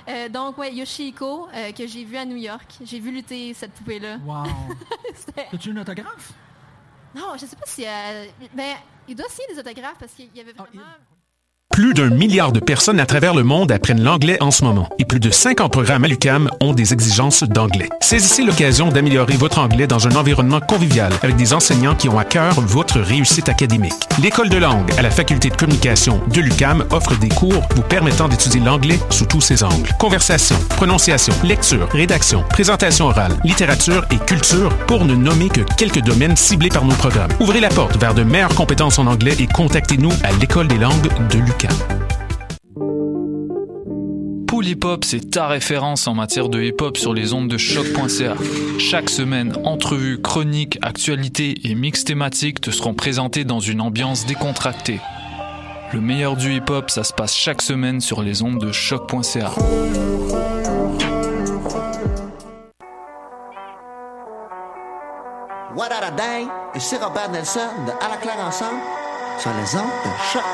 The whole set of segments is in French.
Donc, ouais, Yoshihiko, que j'ai vu à New York. J'ai vu lutter cette poupée-là. Wow. As-tu un autographe? Non, je sais pas si... ben, il doit signer des autographes parce qu'il y avait vraiment... Plus d'1 milliard de personnes à travers le monde apprennent l'anglais en ce moment et plus de 50 programmes à l'UQAM ont des exigences d'anglais. Saisissez l'occasion d'améliorer votre anglais dans un environnement convivial avec des enseignants qui ont à cœur votre réussite académique. L'École de langue à la Faculté de communication de l'UQAM offre des cours vous permettant d'étudier l'anglais sous tous ses angles. Conversation, prononciation, lecture, rédaction, présentation orale, littérature et culture pour ne nommer que quelques domaines ciblés par nos programmes. Ouvrez la porte vers de meilleures compétences en anglais et contactez-nous à l'École des langues de l'UQAM. Pool Hip Hop, c'est ta référence en matière de hip-hop sur les ondes de choc.ca. Chaque semaine, entrevues, chroniques, actualités et mix thématiques te seront présentés dans une ambiance décontractée. Le meilleur du hip-hop, ça se passe chaque semaine sur les ondes de choc.ca. What a day? Ici Robert Nelson de À la claire ensemble sur les ondes de choc.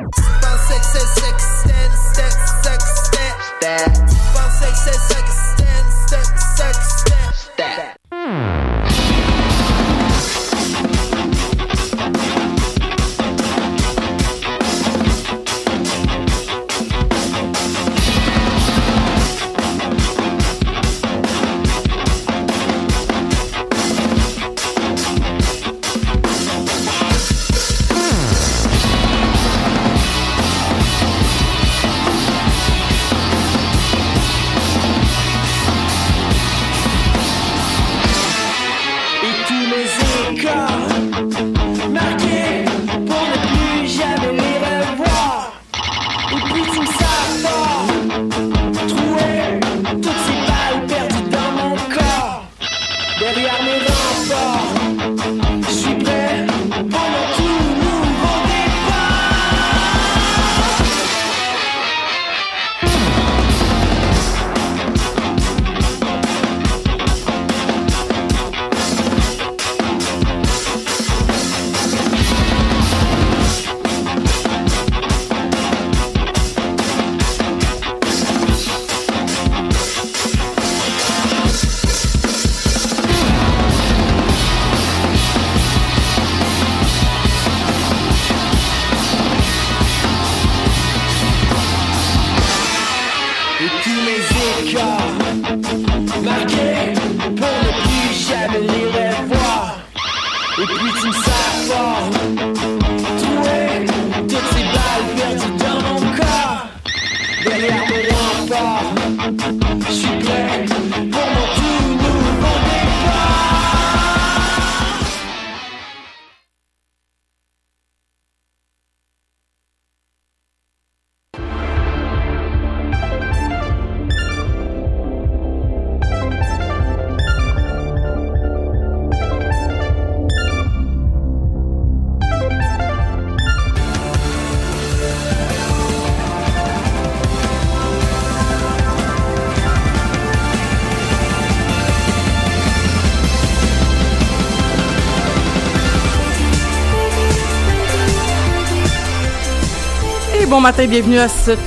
Bon matin, bienvenue à ce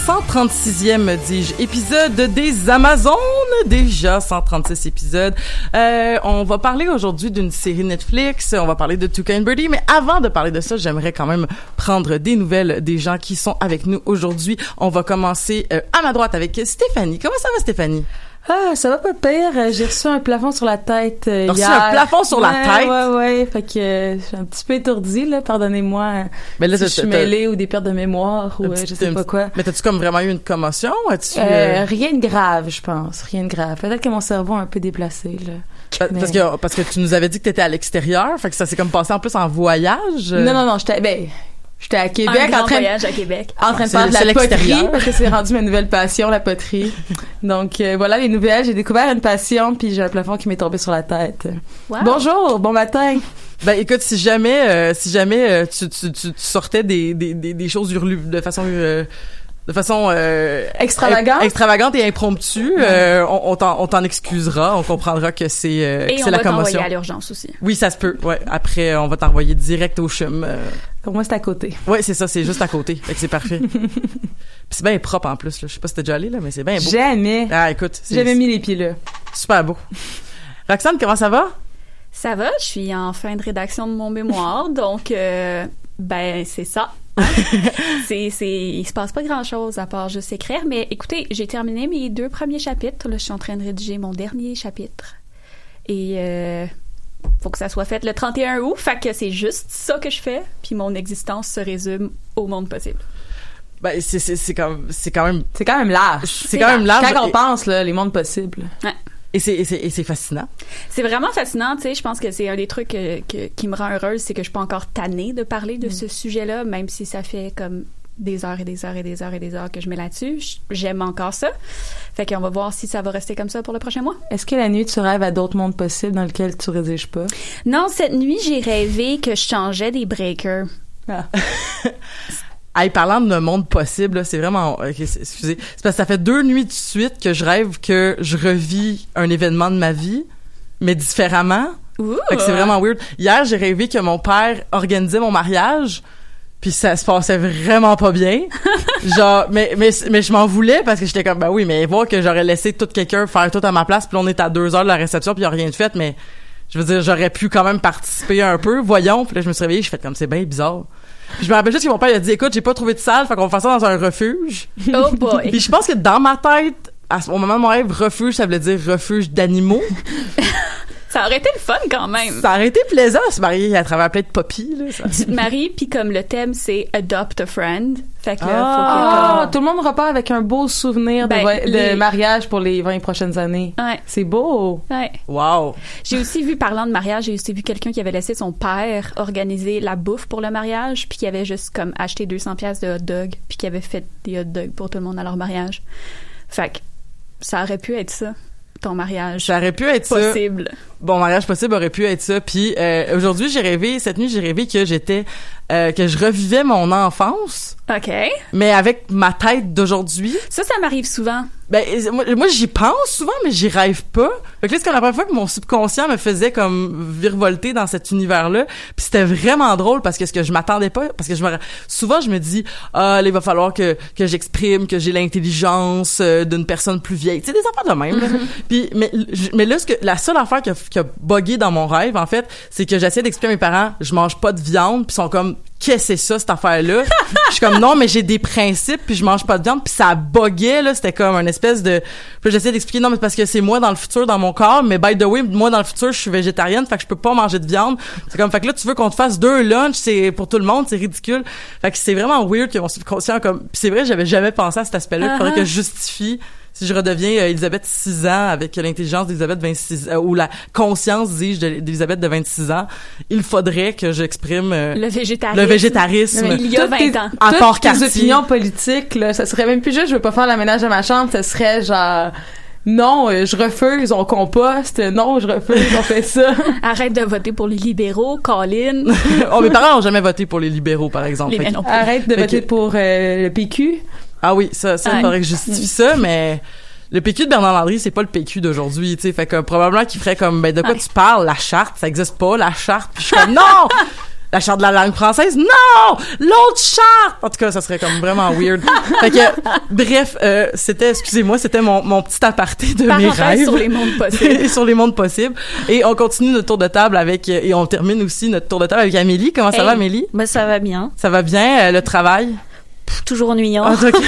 136e, dis-je, épisode des Amazones. Déjà 136 épisodes. On va parler aujourd'hui d'une série Netflix, on va parler de Tuca and Birdie, mais avant de parler de ça, j'aimerais quand même prendre des nouvelles des gens qui sont avec nous aujourd'hui. On va commencer à ma droite avec Stéphanie. Comment ça va, Stéphanie? Ah, ça va pas pire. J'ai reçu un plafond sur la tête hier. Reçu un plafond sur la tête? Ouais. Fait que je suis un petit peu étourdie, là. Pardonnez-moi mais là, si je suis mêlée ou des pertes de mémoire ou je sais pas quoi. Mais t'as-tu comme vraiment eu une commotion? Rien de grave, je pense. Rien de grave. Peut-être que mon cerveau est un peu déplacé, là. Parce que tu nous avais dit que t'étais à l'extérieur. Fait que ça s'est comme passé en plus en voyage. Non. J'étais à Québec voyage à Québec. En train de faire de la poterie parce que c'est rendu ma nouvelle passion, la poterie. Donc voilà les nouvelles, j'ai découvert une passion puis j'ai un plafond qui m'est tombé sur la tête. Wow. Bonjour, bon matin. Ben écoute, si jamais tu sortais des choses de façon de façon extravagante et impromptue, on t'en excusera, on comprendra que c'est la commotion. Et on va t'envoyer à l'urgence aussi. Oui, ça se peut. Ouais. Après, on va t'envoyer direct au CHUM. Pour moi, c'est à côté. Ouais, c'est ça, c'est juste à côté. Fait que c'est parfait. Puis c'est bien propre en plus. Là. Je sais pas si t'es déjà allé là, mais c'est bien beau. Jamais. Ah, écoute, j'avais mis les pieds là. Super beau. Roxane, comment ça va? Ça va, je suis en fin de rédaction de mon mémoire, donc c'est ça. Il se passe pas grand-chose à part juste écrire, mais écoutez, j'ai terminé mes 2 premiers chapitres. Là, je suis en train de rédiger mon dernier chapitre. Et faut que ça soit fait le 31 août, fait que c'est juste ça que je fais, puis mon existence se résume au monde possible. Ben c'est quand même large. C'est quand même large. Quand on pense là, les mondes possibles. Ouais. Et c'est fascinant. C'est vraiment fascinant, tu sais. Je pense que c'est un des trucs qui me rend heureuse, c'est que je suis pas encore tannée de parler de ce sujet-là, même si ça fait comme des heures et des heures et des heures et des heures que je mets là-dessus. J'aime encore ça. Fait qu'on va voir si ça va rester comme ça pour le prochain mois. Est-ce que la nuit, tu rêves à d'autres mondes possibles dans lesquels tu rédiges pas? Non, cette nuit, j'ai rêvé que je changeais des breakers. Ah. Hey, parlant de monde possible, là, c'est vraiment... Okay, excusez. C'est parce que ça fait 2 nuits de suite que je rêve que je revis un événement de ma vie, mais différemment. Fait que c'est vraiment weird. Hier, j'ai rêvé que mon père organisait mon mariage, puis ça se passait vraiment pas bien. Genre, mais je m'en voulais parce que j'étais comme, ben oui, mais voir que j'aurais laissé tout quelqu'un faire tout à ma place, puis là, on est à 2 heures de la réception, puis il y a rien de fait, mais je veux dire, j'aurais pu quand même participer un peu, voyons. Puis là, je me suis réveillée, je fais comme, c'est bien bizarre. Puis je me rappelle juste que mon père il a dit, écoute, j'ai pas trouvé de salle, fait qu'on va faire ça dans un refuge. Oh boy. Puis je pense que dans ma tête, au moment de mon rêve, refuge, ça voulait dire refuge d'animaux. Ça aurait été le fun quand même. Ça aurait été plaisant de se marier à travers plein de poppies, là. Ça. Tu te maries, puis comme le thème, c'est Adopt a Friend. Fait que là, faut que... tout le monde repart avec un beau souvenir de mariage pour les 20 prochaines années. Ouais. C'est beau. Ouais. Wow. J'ai aussi vu, parlant de mariage, j'ai aussi vu quelqu'un qui avait laissé son père organiser la bouffe pour le mariage, puis qui avait juste comme acheté 200$ de hot dog, puis qui avait fait des hot dogs pour tout le monde à leur mariage. Fait que ça aurait pu être ça. Ton mariage. Ça aurait pu être possible. Ça. Bon, mariage possible aurait pu être ça. Puis aujourd'hui, cette nuit, j'ai rêvé que que je revivais mon enfance. OK. Mais avec ma tête d'aujourd'hui. Ça m'arrive souvent. Ben, moi, j'y pense souvent, mais j'y rêve pas. Fait que là, c'est comme la première fois que mon subconscient me faisait comme virevolter dans cet univers-là. Puis c'était vraiment drôle parce que ce que je m'attendais pas, parce que souvent, je me dis, là, il va falloir que j'exprime, que j'ai l'intelligence d'une personne plus vieille. Tu sais, des affaires de même, là. Puis, mais là, la seule affaire qui a buggé dans mon rêve, en fait, c'est que j'essayais d'expliquer à mes parents, je mange pas de viande, puis ils sont comme, qu'est-ce que c'est ça, cette affaire-là? Je suis comme, non, mais j'ai des principes, puis je mange pas de viande, puis ça buguait, là, c'était comme une espèce de... Puis j'essayais d'expliquer, non, mais c'est parce que c'est moi dans le futur, dans mon corps, mais by the way, moi dans le futur, je suis végétarienne, fait que je peux pas manger de viande. C'est comme, fait que là, tu veux qu'on te fasse 2 lunchs, c'est pour tout le monde, c'est ridicule. Fait que c'est vraiment weird que mon subconscient, comme... Puis c'est vrai, j'avais jamais pensé à cet aspect-là, il faudrait que je justifie... Si je redeviens Elisabeth 6 ans avec l'intelligence d'Elisabeth 26 ou la conscience, dis-je, d'Elisabeth de 26 ans, il faudrait que j'exprime le végétarisme. Il y a 20 ans. Toutes tes opinions politiques, là, ça serait même plus juste je veux pas faire la ménage à ma chambre, ça serait genre non, je refuse, on composte. Non, je refuse, on fait ça. Arrête de voter pour les libéraux, Colin. Oh, mes parents ont jamais voté pour les libéraux, par exemple. Arrête de voter pour le PQ. Ah oui, ça, il faudrait que je justifie ça, mais le PQ de Bernard Landry, c'est pas le PQ d'aujourd'hui, tu sais. Fait que probablement qu'il ferait comme, ben, de quoi tu parles? La charte, ça existe pas, la charte. Puis je suis comme, non! La charte de la langue française? Non! L'autre charte! En tout cas, ça serait comme vraiment weird. Fait que, bref, c'était mon petit aparté de mes rêves. Sur les mondes possibles. Sur les mondes possibles. Et on continue notre tour de table et on termine aussi notre tour de table avec Amélie. Comment ça va, Amélie? Ben, ça va bien. Ça va bien, le travail? Toujours ennuyant. Ah, okay.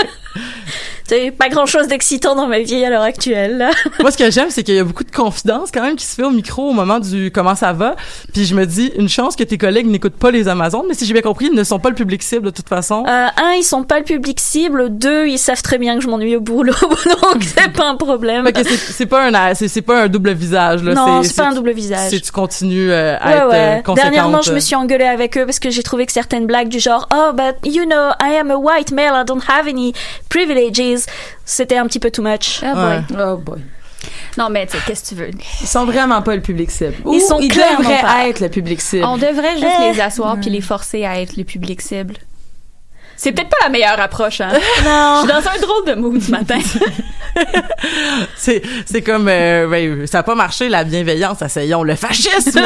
C'est pas grand-chose d'excitant dans ma vie à l'heure actuelle. Là. Moi, ce que j'aime, c'est qu'il y a beaucoup de confidence quand même qui se fait au micro au moment du comment ça va. Puis je me dis, une chance que tes collègues n'écoutent pas les Amazones, mais si j'ai bien compris, ils ne sont pas le public cible de toute façon. 1, ils sont pas le public cible. 2, ils savent très bien que je m'ennuie au boulot, donc c'est pas un problème. Okay, c'est pas un double visage là. Non, c'est pas un double visage. Tu continues à être conséquente. Dernièrement, je me suis engueulée avec eux parce que j'ai trouvé que certaines blagues du genre oh but you know I am a white male, I don't have any privileges. C'était un petit peu too much. Oh boy. Non, mais tu sais, qu'est-ce que tu veux? Ils sont vraiment pas le public cible. Ils devraient être le public cible. On devrait juste les asseoir puis les forcer à être le public cible. C'est peut-être pas la meilleure approche, hein. Non. Je suis dans un drôle de mood ce matin. c'est comme ça a pas marché la bienveillance, essayons le fascisme.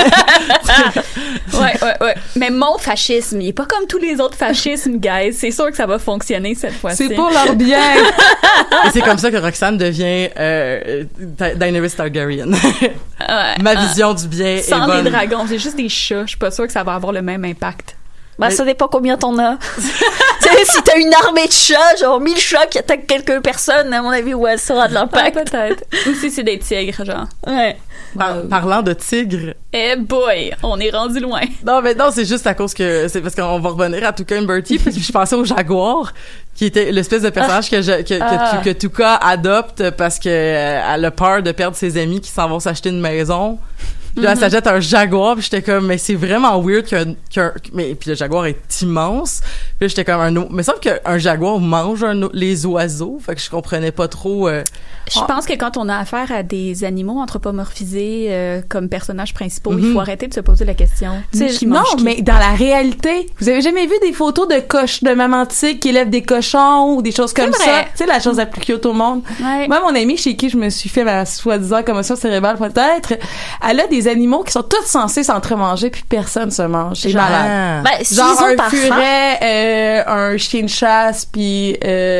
ouais. Mais mon fascisme, il est pas comme tous les autres fascismes, guys. C'est sûr que ça va fonctionner cette fois-ci. C'est pour leur bien. Et c'est comme ça que Roxane devient Daenerys Targaryen. Ma vision du bien est bonne. Sans les dragons, c'est juste des chats. Je suis pas sûre que ça va avoir le même impact. Bah, ça dépend combien t'en as. Si t'as une armée de chats, genre 1000 chats qui attaquent quelques personnes, à mon avis, ouais, ça aura de l'impact. Ah, peut-être. Ou si c'est des tigres, genre. Ouais. Parlant de tigres. Eh boy, on est rendu loin. Non, c'est juste à cause que c'est parce qu'on va revenir à Tuca and Bertie, parce que je pensais au jaguar, qui était l'espèce de personnage que Tuca adopte parce que elle a peur de perdre ses amis qui s'en vont s'acheter une maison. Puis là, elle s'achète un jaguar, puis j'étais comme, mais c'est vraiment weird mais puis le jaguar est immense. Puis là, j'étais comme mais il me semble qu'un jaguar mange les oiseaux, fait que je comprenais pas trop. Je pense que quand on a affaire à des animaux anthropomorphisés comme personnages principaux, il faut arrêter de se poser la question. Mais dans la réalité, vous avez jamais vu des photos de mamans tigres qui élèvent des cochons ou des choses comme ça? Tu sais, la chose la plus cute au monde. Ouais. Moi, mon amie chez qui je me suis fait ma soi-disant commotion cérébrale peut-être, elle a des animaux qui sont tous censés s'entremanger puis personne se mange. C'est malade. Ben, genre un furet, un chien de chasse puis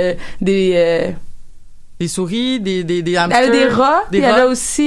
des souris, des hamsters. Elle a des rats, puis elle rats. a aussi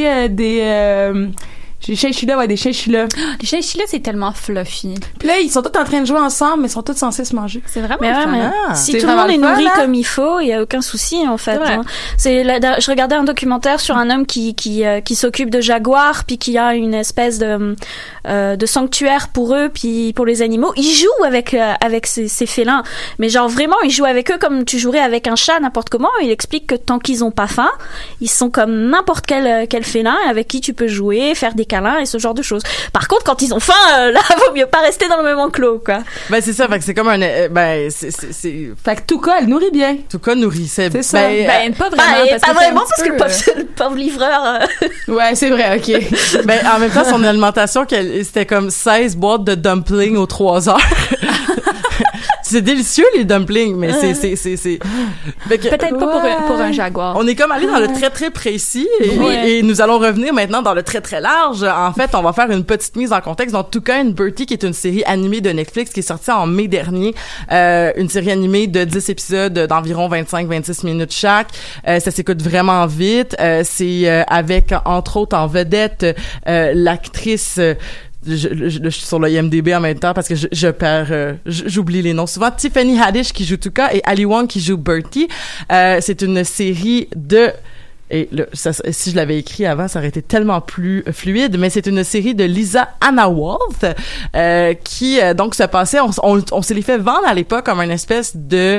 des chinchillas, des chinchillas. Les chinchillas, c'est tellement fluffy. Puis là, ils sont tous en train de jouer ensemble, mais ils sont tous censés se manger. C'est vraiment fun. Si tout le monde est nourri comme il faut, il y a aucun souci, en fait. Je regardais un documentaire sur un homme qui s'occupe de jaguars, puis qui a une espèce de sanctuaire pour eux, puis pour les animaux. Il joue avec ces félins. Mais genre, vraiment, il joue avec eux comme tu jouerais avec un chat, n'importe comment. Il explique que tant qu'ils ont pas faim, ils sont comme n'importe quel félin avec qui tu peux jouer, faire des câlins et ce genre de choses. Par contre, quand ils ont faim, là, vaut mieux pas rester dans le même enclos, quoi. Ben, c'est ça, fait que c'est comme un, c'est... Fait que Tuca, elle nourrit bien. Tuca nourrissait. C'est ça. Pas vraiment. Pas vraiment, parce que le pauvre livreur... Ouais, c'est vrai, ok. Ben, en même temps, son alimentation, c'était comme 16 boîtes de dumplings aux 3 heures. C'est délicieux, les dumplings, mais c'est... Peut-être pas pour un jaguar. On est comme allé dans le très, très précis et nous allons revenir maintenant dans le très, très large. En fait, on va faire une petite mise en contexte. Donc, Tuca and Bertie, qui est une série animée de Netflix qui est sortie en mai dernier. Une série animée de 10 épisodes d'environ 25-26 minutes chaque. Ça s'écoute vraiment vite. C'est avec, entre autres, en vedette, l'actrice... Je suis sur le IMDb en même temps parce que j'oublie les noms souvent. Tiffany Haddish qui joue Tuca et Ali Wong qui joue Bertie. C'est une série de... si je l'avais écrit avant, ça aurait été tellement plus fluide, mais c'est une série de Lisa Anna Walth qui donc se passait... On s'est les fait vendre à l'époque comme une espèce de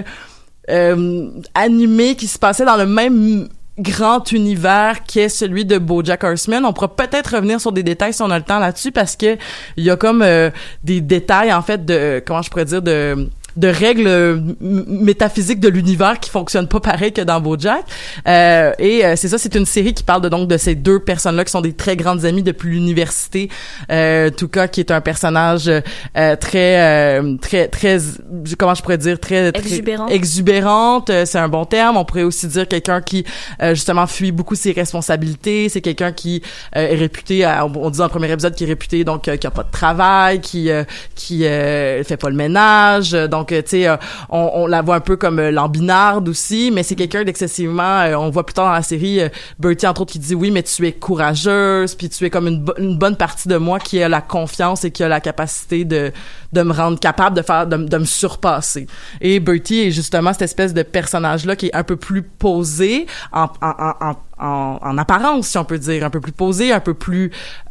animé qui se passait dans le même... grand univers qui est celui de BoJack Horseman. On pourra peut-être revenir sur des détails si on a le temps là-dessus parce que il y a comme des détails en fait de comment je pourrais dire de règles métaphysiques de l'univers qui fonctionnent pas pareil que dans BoJack. C'est ça, c'est une série qui parle de ces deux personnes-là qui sont des très grandes amies depuis l'université. Tuca qui est un personnage très comment je pourrais dire très exubérante, c'est un bon terme. On pourrait aussi dire quelqu'un qui justement fuit beaucoup ses responsabilités, c'est quelqu'un qui est réputé on dit dans le premier épisode qui est réputé donc qui a pas de travail, qui fait pas le ménage, donc tu sais on la voit un peu comme lambinarde aussi, mais c'est quelqu'un d'excessivement on voit plus tard dans la série Bertie entre autres qui dit oui mais tu es courageuse puis tu es comme une bonne partie de moi qui a la confiance et qui a la capacité de me rendre capable de me surpasser. Et Bertie est justement cette espèce de personnage là qui est un peu plus posé en apparence, si on peut dire, un peu plus posé, un peu plus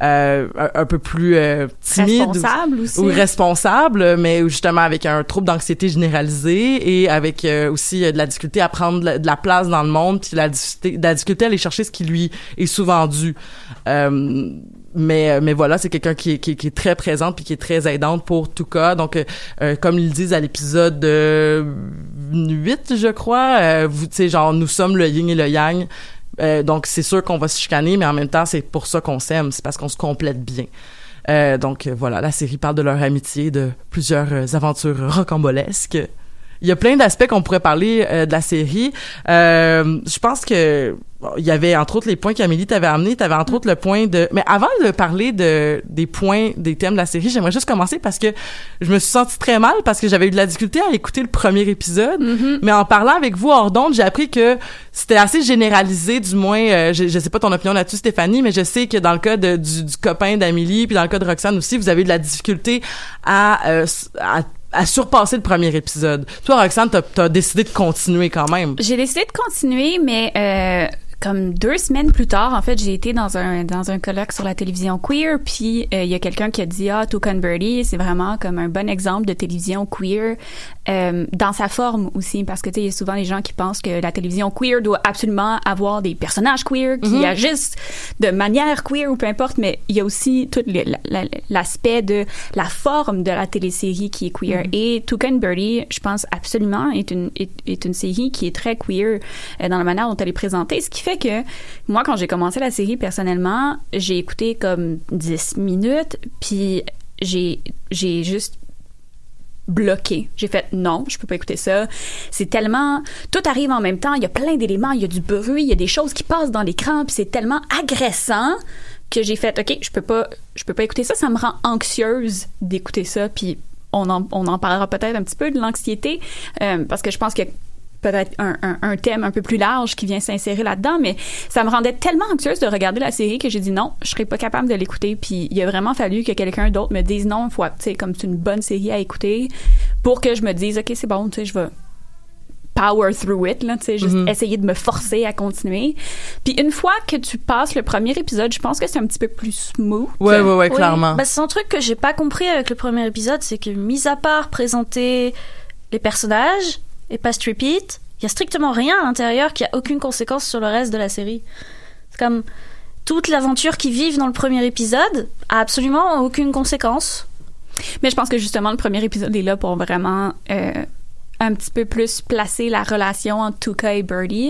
timide responsable aussi. Ou responsable, mais justement avec un trouble d'anxiété généralisé et avec aussi de la difficulté à prendre de la place dans le monde, puis de la difficulté à aller chercher ce qui lui est souvent dû. Mais voilà, c'est quelqu'un qui est très présente puis qui est très aidante pour Tuca. Donc comme ils le disent à l'épisode 8, je crois, vous tu sais genre nous sommes le yin et le yang. Donc c'est sûr qu'on va se chicaner, mais en même temps c'est pour ça qu'on s'aime, c'est parce qu'on se complète bien. Donc voilà, la série parle de leur amitié, de plusieurs aventures rocambolesques. il y a plein d'aspects qu'on pourrait parler de la série. Je pense que il y avait entre autres les points qu'Amélie t'avait amenés. T'avais entre autres le point de... Mais avant de parler des points, des thèmes de la série, j'aimerais juste commencer parce que je me suis sentie très mal parce que j'avais eu de la difficulté à écouter le premier épisode. Mais en parlant avec vous hors d'onde, j'ai appris que c'était assez généralisé, du moins. Je sais pas ton opinion là-dessus, Stéphanie, mais je sais que dans le cas du copain d'Amélie puis dans le cas de Roxane aussi, vous avez eu de la difficulté à surpasser le premier épisode. Toi, Roxane, t'as décidé de continuer quand même. J'ai décidé de continuer, mais comme 2 semaines plus tard, en fait, j'ai été dans un colloque sur la télévision queer, puis il y a quelqu'un qui a dit Tuca and Bertie, c'est vraiment comme un bon exemple de télévision queer dans sa forme aussi, parce que tu sais, il y a souvent des gens qui pensent que la télévision queer doit absolument avoir des personnages queer qui agissent de manière queer ou peu importe, mais il y a aussi tout l'aspect de la forme de la télésérie qui est queer. Et Tuca and Bertie, je pense absolument est une série qui est très queer dans la manière dont elle est présentée, ce qui fait que moi, quand j'ai commencé la série, personnellement, j'ai écouté comme 10 minutes, puis j'ai juste bloqué. J'ai fait non, je peux pas écouter ça. C'est tellement... Tout arrive en même temps, il y a plein d'éléments, il y a du bruit, il y a des choses qui passent dans l'écran, puis c'est tellement agressant que j'ai fait OK, je peux pas écouter ça, ça me rend anxieuse d'écouter ça, puis on en parlera peut-être un petit peu de l'anxiété, parce que je pense que peut-être un thème un peu plus large qui vient s'insérer là-dedans, mais ça me rendait tellement anxieuse de regarder la série que j'ai dit non, je serais pas capable de l'écouter, puis il a vraiment fallu que quelqu'un d'autre me dise non, tu sais, comme c'est une bonne série à écouter, pour que je me dise OK, c'est bon, tu sais, je vais power through it, là, tu sais, juste essayer de me forcer à continuer. Puis une fois que tu passes le premier épisode, je pense que c'est un petit peu plus smooth. Ouais, clairement. Bah, c'est un truc que j'ai pas compris avec le premier épisode, c'est que mis à part présenter les personnages et Past Repeat, il y a strictement rien à l'intérieur qui a aucune conséquence sur le reste de la série. C'est comme toute l'aventure qu'ils vivent dans le premier épisode a absolument aucune conséquence. Mais je pense que justement le premier épisode est là pour vraiment un petit peu plus placer la relation entre Tuca et Bertie.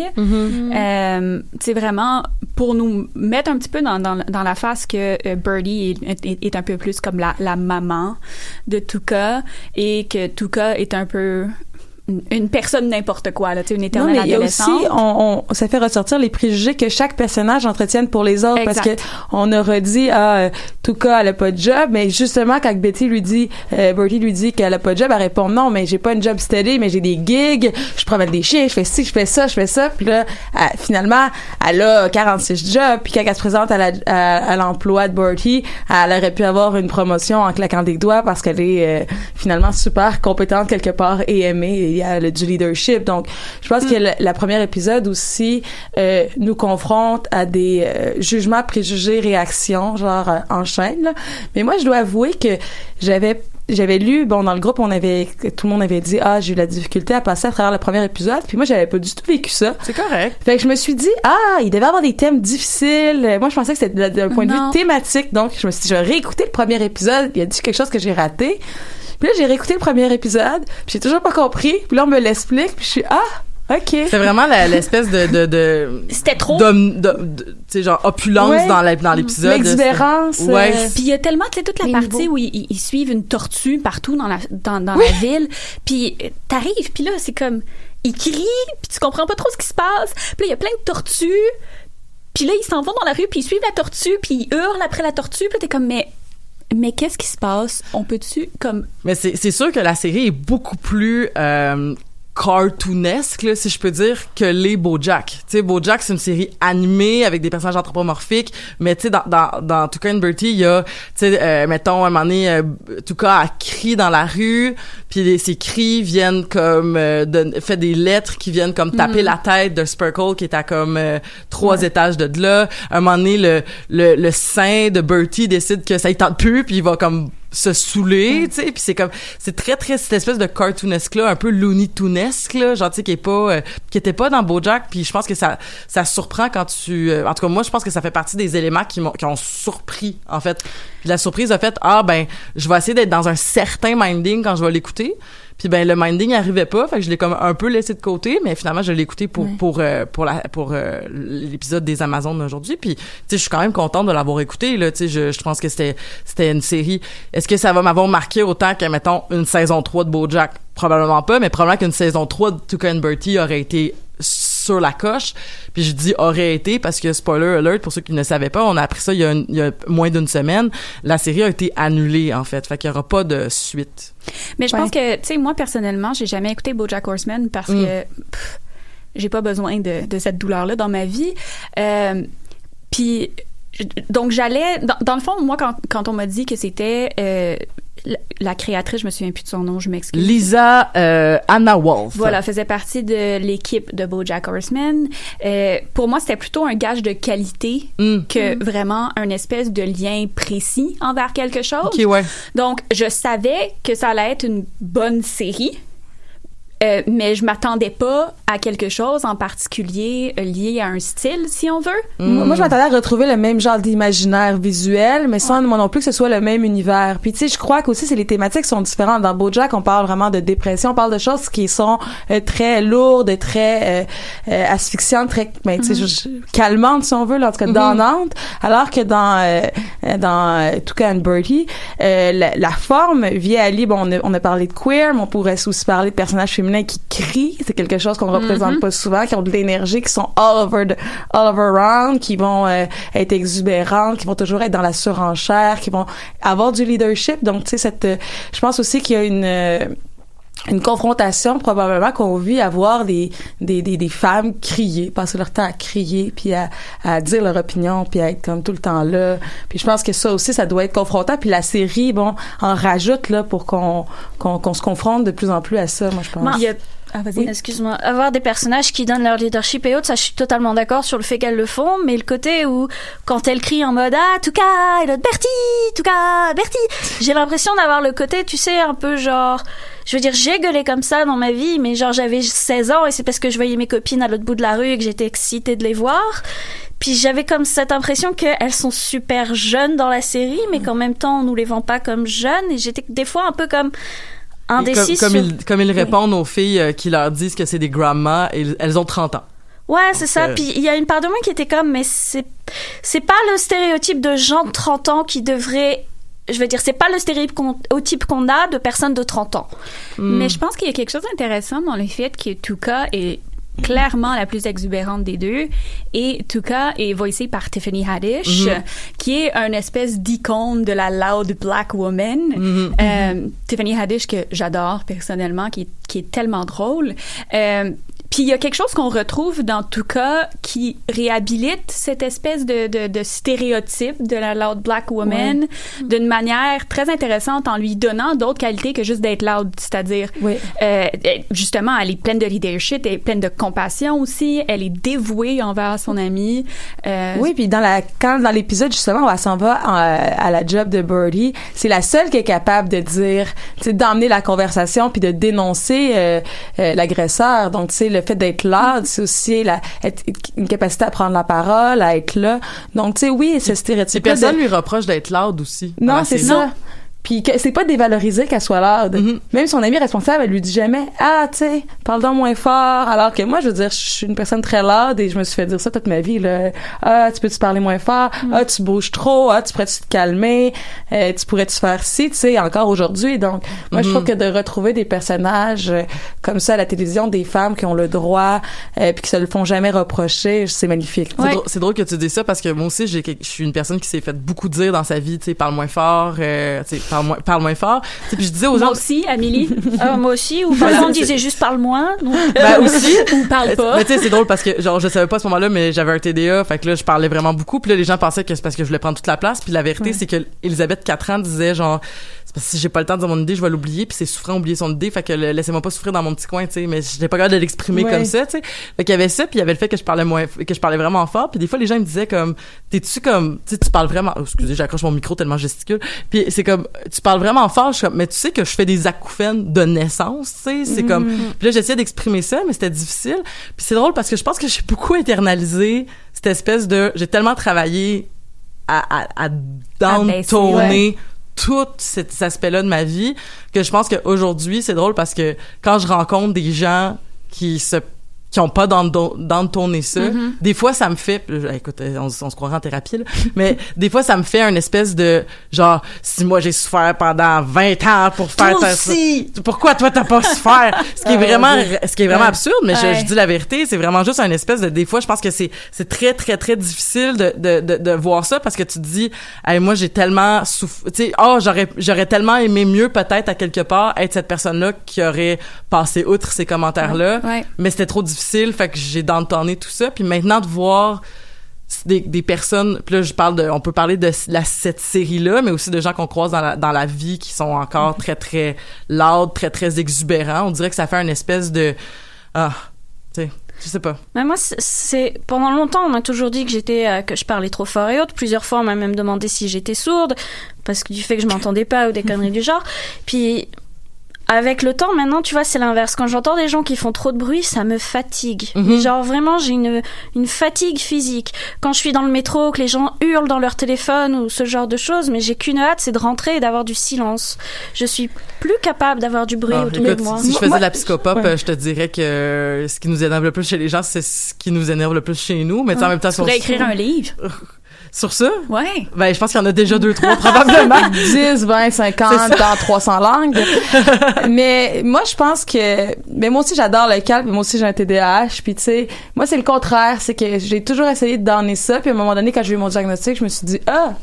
C'est vraiment pour nous mettre un petit peu dans la face que Bertie est un peu plus comme la maman de Tuca et que Tuca est un peu une personne n'importe quoi, là, tu sais, une éternelle adolescente. Il y a aussi, ça fait ressortir les préjugés que chaque personnage entretienne pour les autres. Exact. Parce que on a redit, Tuca, elle a pas de job, mais justement, quand Bertie lui dit qu'elle a pas de job, elle répond non, mais j'ai pas une job steady, mais j'ai des gigs, je promène des chiens, je fais ci, je fais ça, puis là, finalement, elle a 46 jobs, puis quand elle se présente à l'emploi de Bertie, elle aurait pu avoir une promotion en claquant des doigts parce qu'elle est finalement super compétente quelque part et aimée, et il y a du leadership. Donc, je pense que la première épisode aussi nous confronte à des jugements, préjugés, réactions, genre en chaîne, là. Mais moi, je dois avouer que j'avais lu, dans le groupe, tout le monde avait dit, j'ai eu la difficulté à passer à travers le premier épisode, puis moi, j'avais pas du tout vécu ça. C'est correct. Fait que je me suis dit, il devait avoir des thèmes difficiles. Moi, je pensais que c'était d'un point de vue thématique, donc je me suis dit, je vais réécouter le premier épisode, il y a dit quelque chose que j'ai raté. Puis là, j'ai réécouté le premier épisode, puis j'ai toujours pas compris, puis là, on me l'explique, puis je suis, OK. C'est vraiment l'espèce de c'était trop. Tu sais, genre, opulence dans l'épisode. L'exubérance. Ouais. Puis il y a tellement, tu sais, toute la partie où ils suivent une tortue partout dans la ville. Puis t'arrives, puis là, c'est comme, ils crient, puis tu comprends pas trop ce qui se passe. Puis là, il y a plein de tortues. Puis là, ils s'en vont dans la rue, puis ils suivent la tortue, puis ils hurlent après la tortue. Puis là, t'es comme, mais qu'est-ce qui se passe? On peut-tu, comme... Mais c'est sûr que la série est beaucoup plus... cartoonesque, là, si je peux dire, que les BoJack. Tu sais, BoJack, c'est une série animée avec des personnages anthropomorphiques, mais tu sais, dans Tuca and Bertie, il y a, tu sais, mettons, à un moment donné, Tuca a crie dans la rue, puis ces cris viennent comme, fait des lettres qui viennent comme taper la tête de Sparkle qui est à comme 3 étages de là. À un moment donné, le sein de Bertie décide que ça y tente plus, puis il va comme se saouler, tu sais, puis c'est très très cette espèce de cartoonesque là, un peu Looney Tunesque là, genre tu sais qui était pas dans BoJack, puis je pense que ça surprend quand tu en tout cas moi je pense que ça fait partie des éléments qui ont surpris en fait. Puis la surprise a fait je vais essayer d'être dans un certain minding quand je vais l'écouter. Puis ben le minding arrivait pas, fait que je l'ai comme un peu laissé de côté, mais finalement je l'ai écouté pour l'épisode des Amazones aujourd'hui. Puis tu sais, je suis quand même contente de l'avoir écouté là. Tu sais, je pense que c'était une série. Est-ce que ça va m'avoir marqué autant que mettons une saison 3 de BoJack? Probablement pas, mais probablement qu'une saison 3 de Tuca and Bertie aurait été sur la coche. Puis je dis aurait été parce que, spoiler alert, pour ceux qui ne savaient pas, on a appris ça il y a moins d'une semaine. La série a été annulée, en fait. Fait qu'il y aura pas de suite. Mais je pense que, tu sais, moi, personnellement, j'ai jamais écouté BoJack Horseman parce que j'ai pas besoin de cette douleur-là dans ma vie. Puis, donc j'allais... Dans le fond, moi, quand on m'a dit que c'était... la créatrice, je me souviens plus de son nom, je m'excuse. Lisa Anna Wolf. Voilà, faisait partie de l'équipe de BoJack Horseman. Pour moi, c'était plutôt un gage de qualité que vraiment un espèce de lien précis envers quelque chose. OK, ouais. Donc, je savais que ça allait être une bonne série. Mais je m'attendais pas à quelque chose en particulier lié à un style, si on veut. Moi, je m'attendais à retrouver le même genre d'imaginaire visuel, mais sans moi non plus que ce soit le même univers. Puis tu sais, je crois qu'aussi les thématiques sont différentes. Dans BoJack, on parle vraiment de dépression, on parle de choses qui sont très lourdes, très asphyxiantes, très tu sais, calmantes si on veut, là, en tout cas donnantes. Alors que dans Tuca and Bertie, la forme vient à lui. Bon, on a parlé de queer, mais on pourrait aussi parler de personnages féminins qui crient, c'est quelque chose qu'on représente pas souvent, qui ont de l'énergie, qui sont all over around, qui vont être exubérantes, qui vont toujours être dans la surenchère, qui vont avoir du leadership. Donc tu sais je pense aussi qu'il y a une confrontation probablement qu'on vit à voir des femmes crier, passer leur temps à crier puis à dire leur opinion puis à être comme tout le temps là. Puis je pense que ça aussi ça doit être confrontant, puis la série en rajoute là pour qu'on se confronte de plus en plus à ça, moi je pense. Oui. Excuse-moi. Avoir des personnages qui donnent leur leadership et autres, ça, je suis totalement d'accord sur le fait qu'elles le font, mais le côté où, quand elles crient en mode, Tuca, et l'autre, Bertie, Tuca, Bertie, j'ai l'impression d'avoir le côté, tu sais, un peu genre, je veux dire, j'ai gueulé comme ça dans ma vie, mais genre, j'avais 16 ans et c'est parce que je voyais mes copines à l'autre bout de la rue et que j'étais excitée de les voir. Puis j'avais comme cette impression qu'elles sont super jeunes dans la série, mais qu'en même temps, on nous les vend pas comme jeunes, et j'étais des fois un peu comme, comme ils répondent aux filles qui leur disent que c'est des grandmas, et elles ont 30 ans. Ouais, c'est ça. Puis il y a une part de moi qui était comme, mais c'est pas le stéréotype de gens de 30 ans qui devrait, je veux dire, c'est pas le stéréotype qu'on a de personnes de 30 ans. Mais je pense qu'il y a quelque chose d'intéressant dans le fait que Tuca est clairement la plus exubérante des deux, et Tuca est voicée par Tiffany Haddish, qui est une espèce d'icône de la loud black woman. Tiffany Haddish que j'adore personnellement, qui est tellement drôle. Puis il y a quelque chose qu'on retrouve dans Tuca qui réhabilite cette espèce de stéréotype de la loud black woman d'une manière très intéressante, en lui donnant d'autres qualités que juste d'être loud, c'est-à-dire justement, elle est pleine de leadership, elle est pleine de compassion aussi, elle est dévouée envers son ami. Oui, puis dans l'épisode justement où elle s'en va à la job de Bertie, c'est la seule qui est capable de dire, tu sais, d'emmener la conversation puis de dénoncer l'agresseur. Donc tu sais, le fait d'être là, c'est aussi une capacité à prendre la parole, à être là. Donc, tu sais, oui, ce stéréotype. Et personne lui reproche d'être loud aussi. Non, c'est ça. Puis c'est pas dévalorisé qu'elle soit loud. Même son amie responsable, elle lui dit jamais « tu sais, parle donc moins fort ». Alors que moi, je veux dire, je suis une personne très loud et je me suis fait dire ça toute ma vie, là. « tu peux-tu parler moins fort? Tu bouges trop. Tu pourrais-tu te calmer? Tu pourrais-tu faire ci? » Tu sais, encore aujourd'hui. Donc, moi, je trouve que de retrouver des personnages comme ça à la télévision, des femmes qui ont le droit puis qui se le font jamais reprocher, c'est magnifique. C'est drôle que tu dis ça parce que moi aussi, je suis une personne qui s'est fait beaucoup dire dans sa vie, tu sais, parle moins fort, tu sais, parle moins fort. Puis je disais aux gens... Moi aussi, Amélie. Moi aussi. Ou parfois on disait juste parle moins. Donc... aussi. Ou parle pas. Mais tu sais, c'est drôle parce que genre je savais pas à ce moment-là, mais j'avais un TDA, fait que là je parlais vraiment beaucoup. Puis là les gens pensaient que c'est parce que je voulais prendre toute la place. Puis la vérité c'est que Elisabeth 4 ans disait genre c'est parce que si j'ai pas le temps de dire mon idée, je vais l'oublier. Puis c'est souffrant oublier son idée, fait que laissez-moi pas souffrir dans mon petit coin, tu sais. Mais j'étais pas capable de l'exprimer comme ça, tu sais. Fait qu'il y avait ça, puis il y avait le fait que je parlais vraiment fort. Puis des fois les gens me disaient comme t'es-tu comme tu sais tu parles vraiment. Excusez, j'accroche mon micro tellement je gesticule. Puis c'est comme tu parles vraiment fort. Je suis comme mais tu sais que je fais des acouphènes de naissance, tu sais. C'est comme puis là j'essayais d'exprimer ça, mais c'était difficile. Puis c'est drôle parce que je pense que j'ai beaucoup internalisé cette espèce de j'ai tellement travaillé à downtoner tout cet aspect-là de ma vie que je pense qu'aujourd'hui, c'est drôle parce que quand je rencontre des gens qui ont pas dans de tourner ça. Des fois, ça me fait... Écoute, on se croirait en thérapie, là. Mais des fois, ça me fait une espèce de... Genre, si moi, j'ai souffert pendant 20 ans pour faire... Toi aussi! Pourquoi toi, t'as pas souffert? Ce qui est vraiment absurde, mais je dis la vérité, c'est vraiment juste une espèce de... Des fois, je pense que c'est très, très, très difficile de voir ça parce que tu te dis, hey, moi, j'ai tellement souffert... Tu sais, j'aurais tellement aimé mieux, peut-être, à quelque part, être cette personne-là qui aurait passé outre ces commentaires-là. Mais c'était trop difficile, fait que j'ai downtourné tout ça. Puis maintenant, de voir des personnes... Puis là, on peut parler de cette série-là, mais aussi de gens qu'on croise dans la vie qui sont encore très, très loud, très, très exubérants. On dirait que ça fait une espèce de... tu sais... Je sais pas. Mais moi, pendant longtemps, on m'a toujours dit que je parlais trop fort et autres. Plusieurs fois, on m'a même demandé si j'étais sourde, parce que du fait que je m'entendais pas ou des conneries du genre. Puis, avec le temps, maintenant, tu vois, c'est l'inverse. Quand j'entends des gens qui font trop de bruit, ça me fatigue. Mais genre, vraiment, j'ai une fatigue physique. Quand je suis dans le métro, que les gens hurlent dans leur téléphone ou ce genre de choses, mais j'ai qu'une hâte, c'est de rentrer et d'avoir du silence. Je suis plus capable d'avoir du bruit autour de moi. Si je faisais de la psychopop, je te dirais que ce qui nous énerve le plus chez les gens, c'est ce qui nous énerve le plus chez nous. Mais en même temps, tu pourrais écrire un livre. Sur ça? Ouais. Ben, je pense qu'il y en a déjà 2-3, probablement. 10, 20, 50 dans 300 langues. Mais moi, je pense que... Mais moi aussi, j'adore le calme. Moi aussi, j'ai un TDAH. Puis, tu sais, moi, c'est le contraire. C'est que j'ai toujours essayé de donner ça. Puis, à un moment donné, quand j'ai eu mon diagnostic, je me suis dit,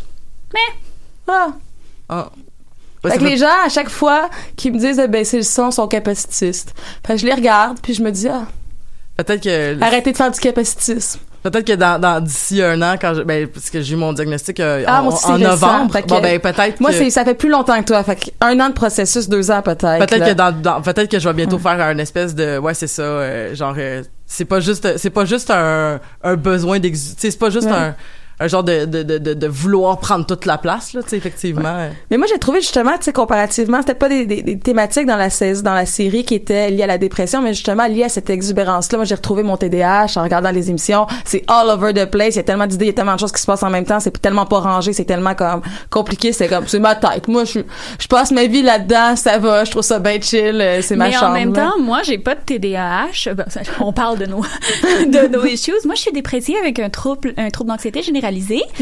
fait que les gens, à chaque fois, qui me disent de baisser le son, sont capacitistes. Fait que je les regarde, puis je me dis, peut-être que... Arrêtez de faire du capacitisme. Peut-être que dans d'ici un an, parce que j'ai eu mon diagnostic en récent, novembre, peut-être moi, ça fait plus longtemps que toi. Fait que 1 an de processus, 2 ans peut-être. Peut-être que je vais bientôt faire un espèce de... Ouais, c'est ça, genre... c'est pas juste un besoin c'est pas juste un genre de vouloir prendre toute la place, là, tu sais, effectivement. Ouais. Mais moi, j'ai trouvé justement, tu sais, comparativement, c'était pas des thématiques dans la série qui étaient liées à la dépression, mais justement liées à cette exubérance-là. Moi, j'ai retrouvé mon TDAH en regardant les émissions. C'est all over the place. Il y a tellement d'idées, il y a tellement de choses qui se passent en même temps. C'est tellement pas rangé, c'est tellement comme compliqué. C'est ma tête. Moi, je passe ma vie là-dedans, ça va. Je trouve ça bien chill. C'est ma chambre. Mais en même temps, moi, j'ai pas de TDAH. On parle de nos issues. Moi, je suis dépressive avec un trouble d'anxiété généralisé.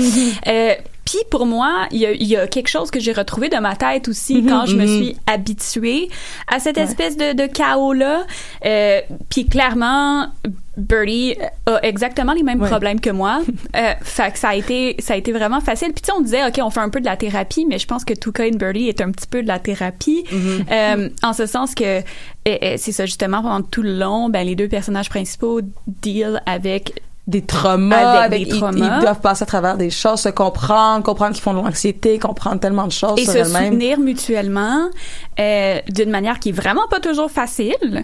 Puis pour moi, il y a quelque chose que j'ai retrouvé de ma tête aussi quand je me suis habituée à cette espèce de chaos-là. Puis clairement, Birdie a exactement les mêmes problèmes que moi. Fait que ça a été vraiment facile. Puis tu sais, on disait, OK, on fait un peu de la thérapie, mais je pense que Tuka et Birdie est un petit peu de la thérapie. En ce sens que c'est ça, justement, pendant tout le long, ben les deux personnages principaux deal avec des traumas, ils doivent passer à travers des choses, se comprendre qu'ils font de l'anxiété, comprendre tellement de choses et se soutenir mutuellement d'une manière qui est vraiment pas toujours facile.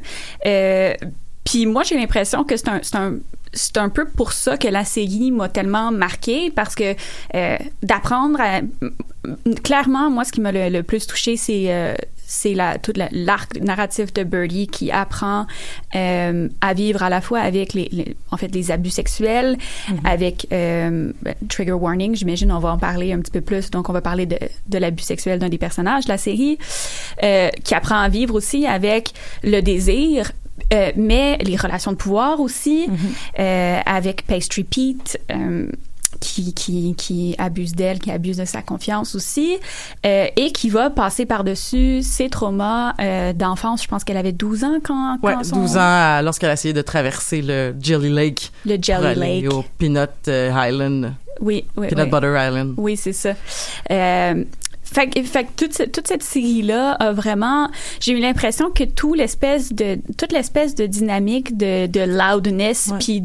Puis moi, j'ai l'impression que c'est un peu pour ça que la série m'a tellement marquée, parce que d'apprendre à... Clairement, moi, ce qui m'a le plus touchée, c'est toute l'arc narratif de Birdie qui apprend à vivre à la fois avec les abus sexuels, avec trigger warning, j'imagine on va en parler un petit peu plus, donc on va parler de l'abus sexuel d'un des personnages de la série, qui apprend à vivre aussi avec le désir, mais les relations de pouvoir aussi, avec Pastry Pete, qui abuse d'elle, qui abuse de sa confiance aussi, et qui va passer par-dessus ses traumas d'enfance. Je pense qu'elle avait 12 ans quand 12 ans lorsqu'elle a essayé de traverser le Jelly Lake. Le Jelly Lake. Au Peanut Island. Oui. Peanut Butter Island. Oui, c'est ça. Fait que toute cette série-là a vraiment... J'ai eu l'impression que toute l'espèce de dynamique de loudness puis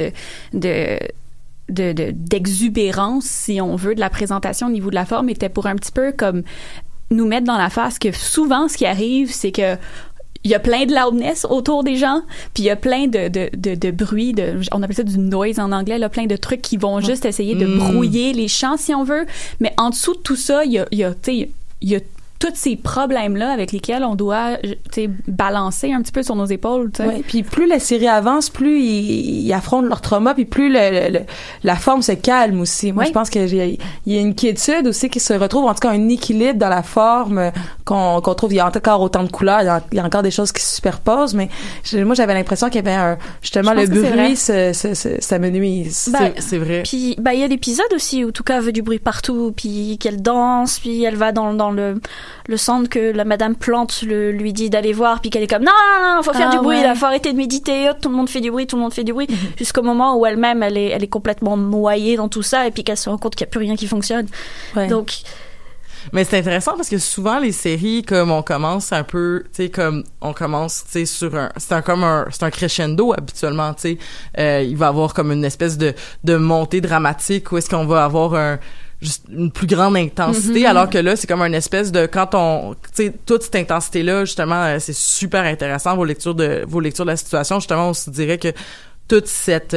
d'exubérance, si on veut, de la présentation au niveau de la forme était pour un petit peu comme nous mettre dans la face que souvent ce qui arrive, c'est que il y a plein de loudness autour des gens, puis il y a plein de bruit, on appelle ça du noise en anglais, là, plein de trucs qui vont juste essayer de brouiller les chants, si on veut, mais en dessous de tout ça, il y a tous ces problèmes-là avec lesquels on doit, balancer un petit peu sur nos épaules, tu sais. Ouais, puis plus la série avance, plus ils affrontent leur trauma, puis plus la forme se calme aussi. Moi, je pense qu'il y a une quiétude aussi qui se retrouve, en tout cas un équilibre dans la forme qu'on trouve. Il y a encore autant de couleurs, il y a encore des choses qui se superposent, mais moi, j'avais l'impression qu'il y avait justement le bruit, ça me nuise. C'est vrai. Puis, il y a l'épisode aussi où Tuca veut du bruit partout, puis qu'elle danse, puis elle va dans le centre que la madame Plante lui dit d'aller voir, puis qu'elle est comme non, faut faire du bruit, là, faut arrêter de méditer, tout le monde fait du bruit, jusqu'au moment où elle-même elle est complètement noyée dans tout ça et puis qu'elle se rend compte qu'il n'y a plus rien qui fonctionne. Donc mais c'est intéressant parce que souvent les séries, comme on commence un peu, tu sais, comme on commence, tu sais, sur c'est un crescendo habituellement, tu sais, il va avoir comme une espèce de montée dramatique où est-ce qu'on va avoir juste une plus grande intensité, alors que là, c'est comme une espèce de, quand on, tu sais, toute cette intensité-là, justement, c'est super intéressant, vos lectures de la situation, justement, on se dirait que toute cette,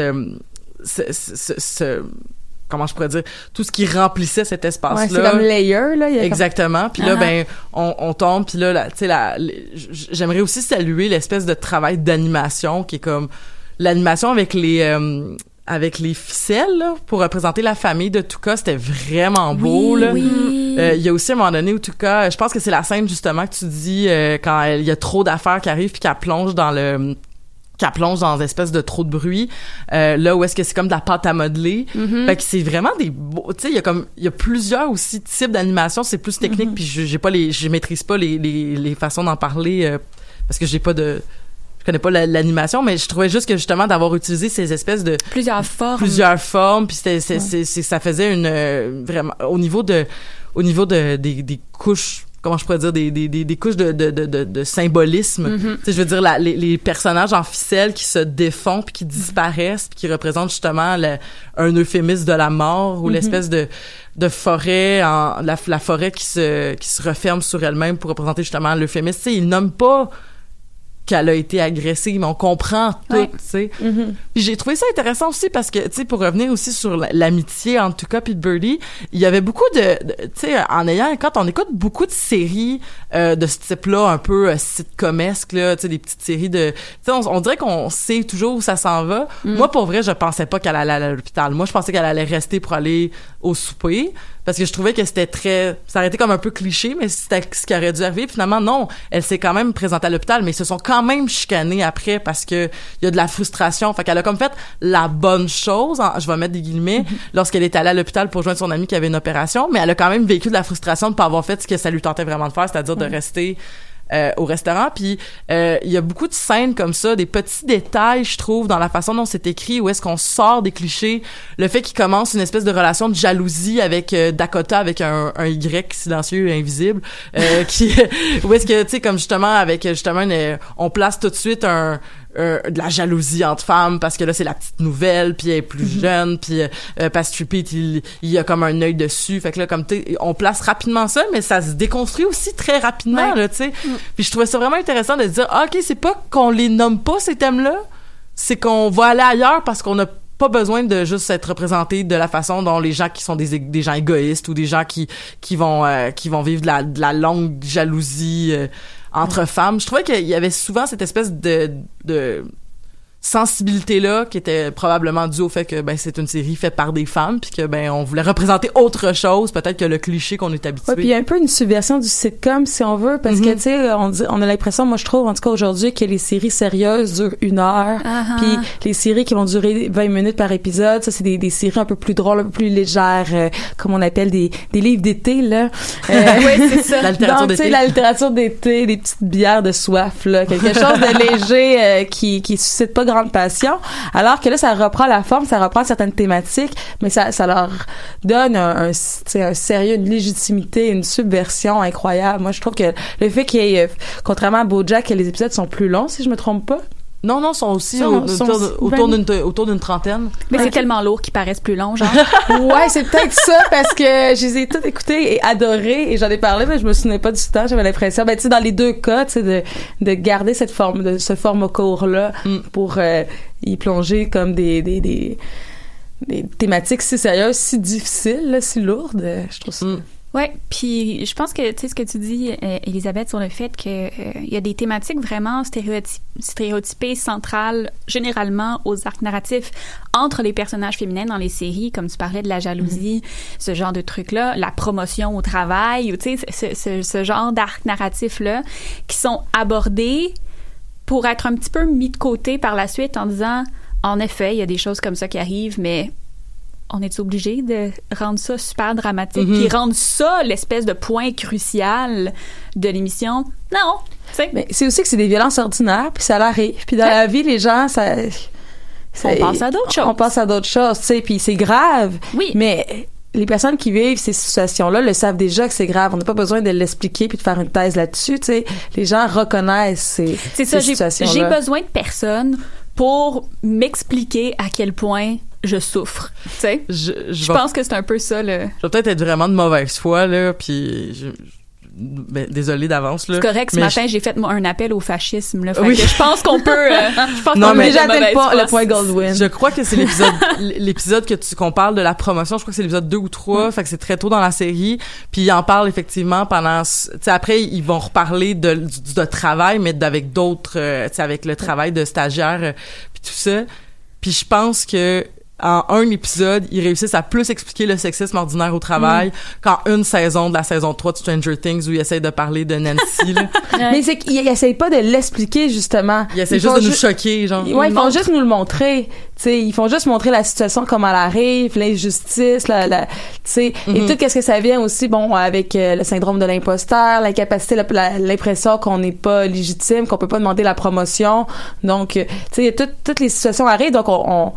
comment je pourrais dire, tout ce qui remplissait cet espace-là. Ouais, c'est comme layer, là. Exactement. Puis là, on tombe, puis là, tu sais, j'aimerais aussi saluer l'espèce de travail d'animation qui est comme l'animation avec les ficelles, là, pour représenter la famille de Tuca, c'était vraiment beau, là. Oui. Il y a aussi un moment donné où Tuca, je pense que c'est la scène, justement, que tu dis, quand il y a trop d'affaires qui arrivent puis qu'elle plonge dans une espèce de trop de bruit, là où est-ce que c'est comme de la pâte à modeler. Fait que c'est vraiment des beaux, tu sais, il y a plusieurs aussi types d'animation, c'est plus technique, puis je maîtrise pas les façons d'en parler, parce que je connais pas l'animation, mais je trouvais juste que justement d'avoir utilisé ces espèces de plusieurs formes, puis ça faisait vraiment au niveau des couches, comment je pourrais dire, des couches de symbolisme. Tu sais, je veux dire, les personnages en ficelle qui se défont puis qui disparaissent puis qui représentent justement un euphémisme de la mort ou l'espèce de forêt, la forêt qui se referme sur elle-même pour représenter justement l'euphémisme. Tu sais, ils nomment pas qu'elle a été agressée, mais on comprend tout, tu sais. Puis j'ai trouvé ça intéressant aussi parce que, tu sais, pour revenir aussi sur l'amitié entre Tuca et Birdie, il y avait beaucoup tu sais, quand on écoute beaucoup de séries de ce type-là, un peu sitcomesque, là, tu sais, des petites séries de... Tu sais, on dirait qu'on sait toujours où ça s'en va. Moi, pour vrai, je pensais pas qu'elle allait à l'hôpital. Moi, je pensais qu'elle allait rester pour aller au souper, parce que je trouvais que c'était ça aurait été comme un peu cliché, mais c'était ce qui aurait dû arriver. Finalement, non, elle s'est quand même présentée à l'hôpital, mais ils se sont quand même chicanés après parce que il y a de la frustration. Fait qu'elle a comme fait la bonne chose, je vais mettre des guillemets, lorsqu'elle est allée à l'hôpital pour joindre son amie qui avait une opération, mais elle a quand même vécu de la frustration de pas avoir fait ce que ça lui tentait vraiment de faire, c'est-à-dire de rester au restaurant. Puis il y a beaucoup de scènes comme ça, des petits détails, je trouve, dans la façon dont c'est écrit, où est-ce qu'on sort des clichés, le fait qu'il commence une espèce de relation de jalousie avec Dakota, avec un Y silencieux et invisible, où est-ce que, tu sais, comme justement avec on place tout de suite de la jalousie entre femmes parce que là c'est la petite nouvelle, puis elle est plus jeune, puis Pastor Pete il y a comme un œil dessus, fait que là comme on place rapidement ça, mais ça se déconstruit aussi très rapidement, là, tu sais. Puis je trouvais ça vraiment intéressant de se dire ok, c'est pas qu'on les nomme pas ces thèmes-là, c'est qu'on va aller ailleurs parce qu'on a pas besoin de juste être représenté de la façon dont les gens qui sont des gens égoïstes ou des gens qui vont vivre de la longue jalousie entre femmes. Je trouvais qu'il y avait souvent cette espèce de sensibilité-là qui était probablement due au fait que c'est une série faite par des femmes puis que on voulait représenter autre chose peut-être que le cliché qu'on est habitué. Ouais, puis il y a un peu une subversion du sitcom si on veut parce que tu sais on a l'impression, moi je trouve en tout cas aujourd'hui, que les séries sérieuses durent 1 heure, puis les séries qui vont durer 20 minutes par épisode, ça c'est des séries un peu plus drôles, un peu plus légères, comme on appelle des livres d'été là. Oui, c'est ça. La littérature d'été. La littérature d'été, des petites bières de soif là, quelque chose de léger qui suscite pas grande passion, alors que là ça reprend la forme, ça reprend certaines thématiques, mais ça leur donne un sérieux, une légitimité, une subversion incroyable. Moi je trouve que le fait qu'il y ait, contrairement à BoJack, que les épisodes sont plus longs si je me trompe pas. Non, sont aussi autour d'une trentaine. Mais c'est tellement lourd qu'ils paraissent plus longs, genre. Ouais, c'est peut-être ça, parce que je les ai toutes écoutés et adorés, et j'en ai parlé, mais je me souvenais pas du temps, j'avais l'impression, tu sais, dans les deux cas, tu sais, de garder cette forme, de ce format court-là, pour y plonger comme des thématiques si sérieuses, si difficiles, là, si lourdes, je trouve ça. Ouais, puis je pense que tu sais ce que tu dis, Elisabeth, sur le fait que il y a des thématiques vraiment stéréotypées, centrales, généralement aux arcs narratifs entre les personnages féminins dans les séries, comme tu parlais de la jalousie, ce genre de trucs-là, la promotion au travail, ou tu sais ce genre d'arcs narratifs-là qui sont abordés pour être un petit peu mis de côté par la suite en disant, en effet, il y a des choses comme ça qui arrivent, mais on est obligé de rendre ça super dramatique puis rendre ça l'espèce de point crucial de l'émission? Non, tu sais. Mais c'est aussi que c'est des violences ordinaires puis ça l'arrive. Puis dans la vie, les gens, on pense à d'autres choses. On pense à d'autres choses, tu sais, puis c'est grave. Oui. Mais les personnes qui vivent ces situations-là le savent déjà que c'est grave. On n'a pas besoin de l'expliquer puis de faire une thèse là-dessus, tu sais. Les gens reconnaissent ces situations-là. J'ai besoin de personne pour m'expliquer à quel point je souffre, tu sais. Je pense que c'est un peu ça, le... Je vais peut-être être vraiment de mauvaise foi, là, puis... Ben, désolé d'avance, là. C'est correct, ce matin, j'ai fait un appel au fascisme, là. Fait que je pense qu'on peut... déjà atteint pas le point Goldwyn. Je crois que c'est l'épisode qu'on parle de la promotion. Je crois que c'est l'épisode 2 ou 3. Fait que c'est très tôt dans la série. Puis ils en parlent effectivement pendant... Tu sais, après, ils vont reparler de travail, mais avec d'autres... tu sais, avec le travail de stagiaire, puis tout ça. Puis je pense que en un épisode, ils réussissent à plus expliquer le sexisme ordinaire au travail qu'en une saison de la saison 3 de Stranger Things où ils essayent de parler de Nancy, là. Mais c'est qu'ils essayent pas de l'expliquer, justement. Ils essayent juste de nous choquer, genre. Ouais, ils font juste nous le montrer. Tu sais, ils font juste montrer la situation comme elle arrive, l'injustice, tu sais, et tout qu'est-ce que ça vient aussi, bon, avec le syndrome de l'imposteur, l'incapacité, l'impression qu'on n'est pas légitime, qu'on peut pas demander la promotion. Donc, tu sais, toutes les situations arrivent, donc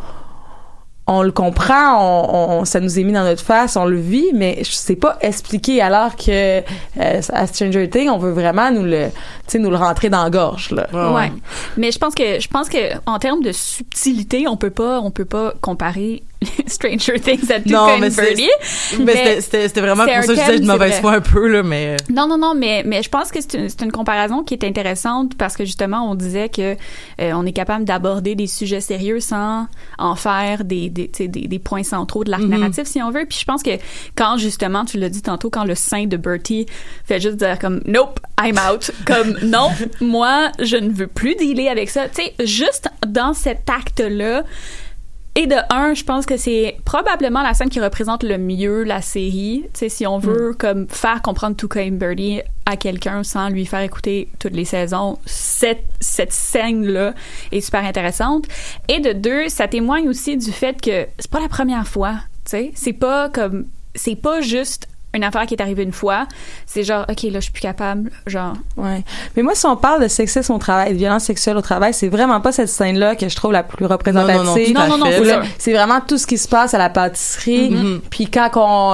on le comprend, ça nous est mis dans notre face, on le vit, mais je sais pas expliquer, alors que à Stranger Things, on veut vraiment nous le rentrer dans la gorge, là. Ouais. Mais je pense que en termes de subtilité, on peut pas comparer Stranger Things à Tuca and Birdie. Mais c'était vraiment pour ça que je disais de mauvaise foi un peu, là, mais... Non, mais je pense que c'est une comparaison qui est intéressante parce que justement, on disait que on est capable d'aborder des sujets sérieux sans en faire des points centraux de l'arc narratif, si on veut. Puis je pense que quand, justement, tu l'as dit tantôt, quand le sein de Bertie fait juste dire comme « Nope, I'm out », comme « Non, moi, je ne veux plus dealer avec ça », tu sais, juste dans cet acte-là. Et de un, je pense que c'est probablement la scène qui représente le mieux la série. Tu sais, si on veut comme faire comprendre Tuca and Birdie à quelqu'un sans lui faire écouter toutes les saisons, cette scène-là est super intéressante. Et de deux, ça témoigne aussi du fait que c'est pas la première fois. Tu sais, c'est pas juste une affaire qui est arrivée une fois, c'est genre OK, là je suis plus capable, genre. Ouais. Mais moi, si on parle de sexisme au travail, de violence sexuelle au travail, c'est vraiment pas cette scène-là que je trouve la plus représentative. Non, c'est vraiment tout ce qui se passe à la pâtisserie. Puis quand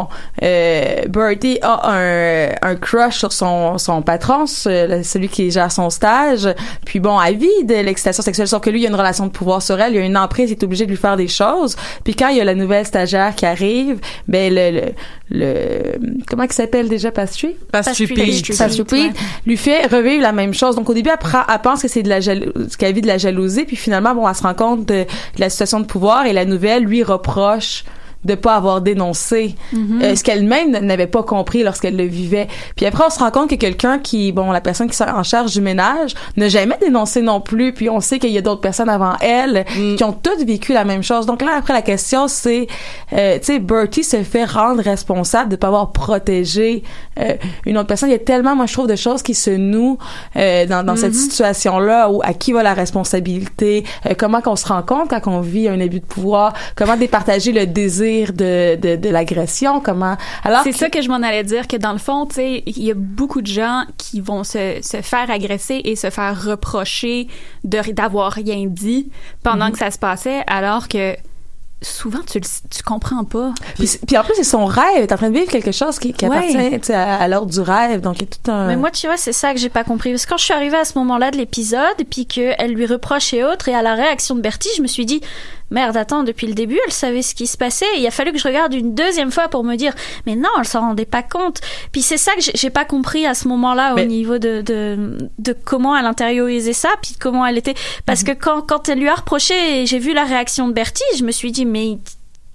Bertie a un crush sur son patron, celui qui gère son stage, puis bon, elle vit de l'excitation sexuelle, sauf que lui, il y a une relation de pouvoir sur elle, il y a une emprise, il est obligé de lui faire des choses. Puis quand il y a la nouvelle stagiaire qui arrive, ben le comment il s'appelle déjà, Pastry Pete lui fait revivre la même chose. Donc au début elle pense que c'est qu'elle vit de la jalousie, puis finalement bon, elle se rend compte de la situation de pouvoir, et la nouvelle lui reproche de pas avoir dénoncé ce qu'elle-même n'avait pas compris lorsqu'elle le vivait. Puis après, on se rend compte que quelqu'un la personne qui est en charge du ménage n'a jamais dénoncé non plus, puis on sait qu'il y a d'autres personnes avant elle qui ont toutes vécu la même chose. Donc là, après, la question, c'est, tu sais, Bertie se fait rendre responsable de pas avoir protégé une autre personne. Il y a tellement, moi, je trouve, de choses qui se nouent dans cette situation-là, où à qui va la responsabilité, comment qu'on se rend compte quand on vit un abus de pouvoir, comment départager le désir de l'agression, comment... Alors c'est ça que je m'en allais dire, que dans le fond, tu sais, il y a beaucoup de gens qui vont se faire agresser et se faire reprocher d'avoir rien dit pendant que ça se passait, alors que souvent tu comprends pas. Puis en plus, c'est son rêve, elle est en train de vivre quelque chose qui appartient à l'ordre du rêve, donc il y a tout un... Mais moi, tu vois, c'est ça que j'ai pas compris, parce que quand je suis arrivée à ce moment-là de l'épisode, et puis qu'elle lui reproche et autres, et à la réaction de Bertie, je me suis dit, merde, attends, depuis le début, elle savait ce qui se passait, et il a fallu que je regarde une deuxième fois pour me dire, mais non, elle s'en rendait pas compte. Puis c'est ça que j'ai pas compris à ce moment-là, au niveau de comment elle intériorisait ça, puis comment elle était, parce que quand elle lui a reproché, et j'ai vu la réaction de Bertie, je me suis dit, mais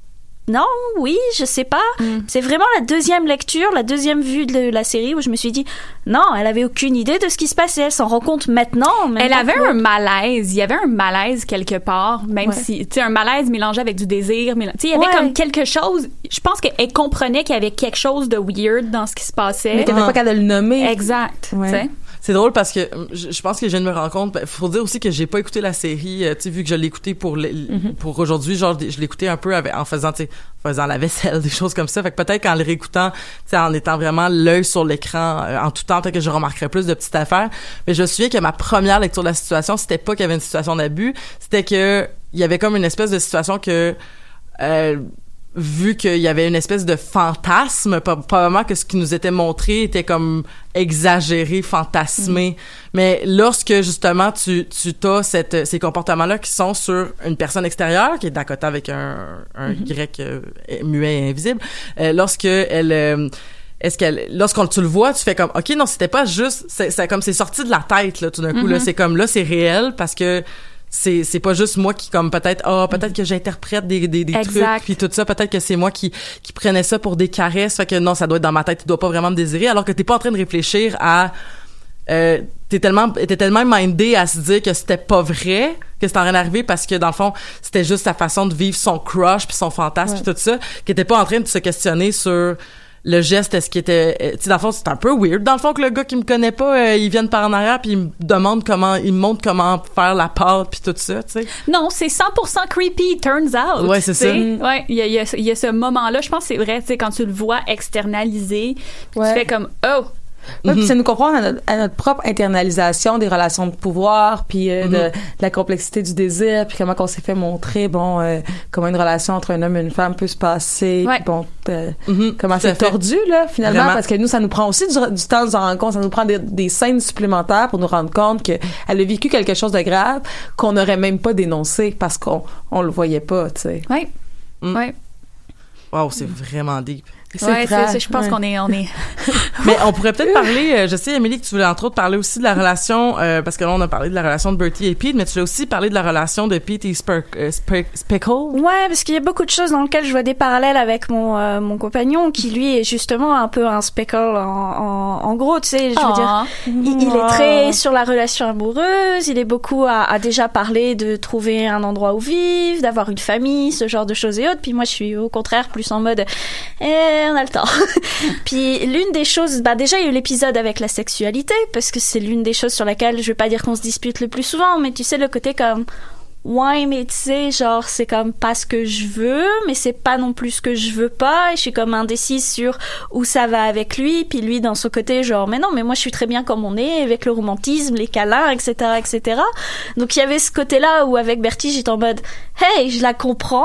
non, oui, je sais pas. C'est vraiment la deuxième lecture, la deuxième vue de la série où je me suis dit, non, elle avait aucune idée de ce qui se passait. Elle s'en rend compte maintenant. Elle avait un malaise. Il y avait un malaise quelque part, même si, tu sais, un malaise mélangé avec du désir. Tu sais, il y avait comme quelque chose. Je pense qu'elle comprenait qu'il y avait quelque chose de weird dans ce qui se passait. Mais qu'elle n'était pas capable de le nommer. Exact. Ouais. Tu sais. C'est drôle parce que je pense que je viens de me rendre compte. Faut dire aussi que j'ai pas écouté la série, tu sais, vu que je l'ai écouté pour aujourd'hui, genre je l'écoutais un peu en faisant la vaisselle, des choses comme ça. Fait que peut-être qu'en le réécoutant, tu sais, en étant vraiment l'œil sur l'écran en tout temps, peut-être que je remarquerais plus de petites affaires. Mais je me souviens que ma première lecture de la situation, c'était pas qu'il y avait une situation d'abus, c'était que il y avait comme une espèce de situation que vu qu'il y avait une espèce de fantasme, probablement que ce qui nous était montré était comme exagéré, fantasmé. Mais lorsque, justement, tu t'as ces comportements-là qui sont sur une personne extérieure, qui est d'à côté avec un Y muet et invisible, lorsqu'on tu le vois, tu fais comme, OK, non, c'était pas juste, c'est comme, c'est sorti de la tête, là, tout d'un coup, là, c'est comme, là, c'est réel, parce que c'est pas juste moi qui comme peut-être que j'interprète des trucs puis tout ça, peut-être que c'est moi qui prenais ça pour des caresses, fait que non, ça doit être dans ma tête, tu dois pas vraiment me désirer, alors que t'es pas en train de réfléchir à t'es tellement mindé à se dire que c'était pas vrai, que c'était en train d'arriver, parce que dans le fond c'était juste sa façon de vivre son crush puis son fantasme puis tout ça, qui était pas en train de se questionner sur le geste, est-ce qu'il était, tu sais, dans le fond, c'est un peu weird, dans le fond, que le gars qui me connaît pas, il vienne par en arrière puis il me montre comment faire la pâte puis tout ça, tu sais. Non, c'est 100% creepy, turns out. Ouais, c'est ça. Ouais, il y a ce moment-là, je pense que c'est vrai, tu sais, quand tu le vois externalisé, tu fais comme, oh! Ouais, puis ça nous comprend à notre propre internalisation des relations de pouvoir, puis de la complexité du désir, puis comment qu'on s'est fait montrer, comment une relation entre un homme et une femme peut se passer, puis comment c'est tordu, là, finalement, vraiment. Parce que nous, ça nous prend aussi du temps de nous en rendre compte, ça nous prend des scènes supplémentaires pour nous rendre compte qu'elle a vécu quelque chose de grave qu'on n'aurait même pas dénoncé parce qu'on le voyait pas, tu sais. Oui. Oui. Wow, c'est vraiment deep. Je pense qu'on est. Mais on pourrait peut-être parler, je sais, Émilie, que tu voulais entre autres parler aussi de la relation, parce que là, on a parlé de la relation de Bertie et Pete, mais tu voulais aussi parler de la relation de Pete et Speckle. Ouais, parce qu'il y a beaucoup de choses dans lesquelles je vois des parallèles avec mon compagnon, qui lui est justement un peu un Speckle en gros, tu sais, je veux dire, il est très sur la relation amoureuse, il est beaucoup à déjà parler de trouver un endroit où vivre, d'avoir une famille, ce genre de choses et autres, puis moi, je suis au contraire plus en mode, on a le temps. Puis l'une des choses, déjà il y a eu l'épisode avec la sexualité, parce que c'est l'une des choses sur laquelle je vais pas dire qu'on se dispute le plus souvent, mais tu sais, le côté comme ouais, mais tu sais, genre c'est comme pas ce que je veux, mais c'est pas non plus ce que je veux pas, et je suis comme indécise sur où ça va avec lui, puis lui dans son côté genre mais non, mais moi je suis très bien comme on est, avec le romantisme, les câlins, etc., etc. Donc il y avait ce côté-là où avec Bertie j'étais en mode hey, je la comprends.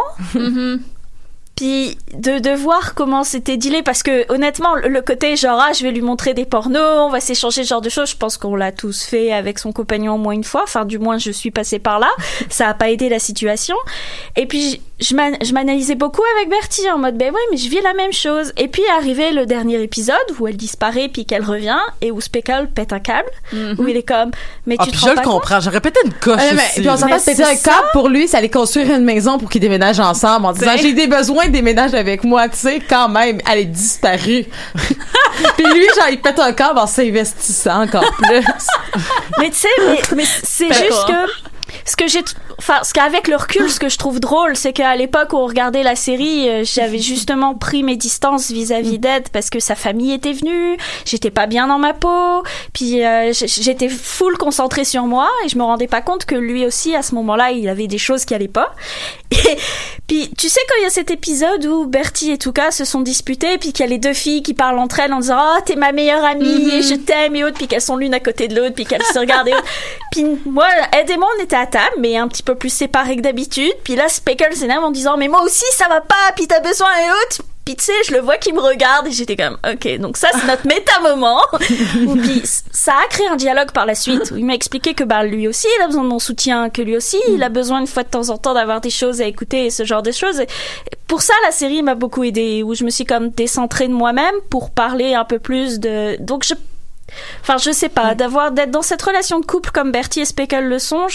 Puis de voir comment c'était dealé, parce que honnêtement le côté genre je vais lui montrer des pornos, on va s'échanger ce genre de choses, je pense qu'on l'a tous fait avec son compagnon au moins une fois, enfin du moins je suis passée par là, ça a pas aidé la situation. Et puis je m'analysais beaucoup avec Bertie en mode ouais, mais je vis la même chose. Et puis arrivé le dernier épisode où elle disparaît puis qu'elle revient et où Speckle pète un câble, où il est comme mais tu te rends pas compte. Je le comprends, j'aurais pété une coche aussi. Puis on s'entend péter un câble pour lui, ça allait construire une maison pour qu'ils déménagent ensemble en disant j'ai des besoins, déménage avec moi, tu sais, quand même, elle est disparue. Puis lui, genre, il pète un câble en s'investissant encore plus. Mais tu sais, mais c'est juste que ce qu'avec le recul, ce que je trouve drôle, c'est qu'à l'époque où on regardait la série, j'avais justement pris mes distances vis-à-vis d'Ed parce que sa famille était venue, j'étais pas bien dans ma peau, puis j'étais full concentrée sur moi et je me rendais pas compte que lui aussi, à ce moment-là, il avait des choses qui allaient pas. Et puis, tu sais, quand il y a cet épisode où Bertie et Tuka se sont disputés, puis qu'il y a les deux filles qui parlent entre elles en disant « Oh, t'es ma meilleure amie, et je t'aime, et autres », puis qu'elles sont l'une à côté de l'autre, puis qu'elles se regardent et autres. Puis moi, Ed et moi, on était à table, mais un petit peu plus séparés que d'habitude. Puis là, Speckle s'énerve en disant « Mais moi aussi, ça va pas, puis t'as besoin et autres ». Puis tu sais, je le vois qui me regarde et j'étais comme ok, donc ça c'est notre méta-moment. Puis ça a créé un dialogue par la suite où il m'a expliqué que lui aussi il a besoin de mon soutien, que lui aussi il a besoin une fois de temps en temps d'avoir des choses à écouter et ce genre de choses. Et pour ça la série m'a beaucoup aidée, où je me suis comme décentrée de moi-même pour parler un peu plus de... Donc je sais pas, d'être dans cette relation de couple comme Bertie et Speckle le sont,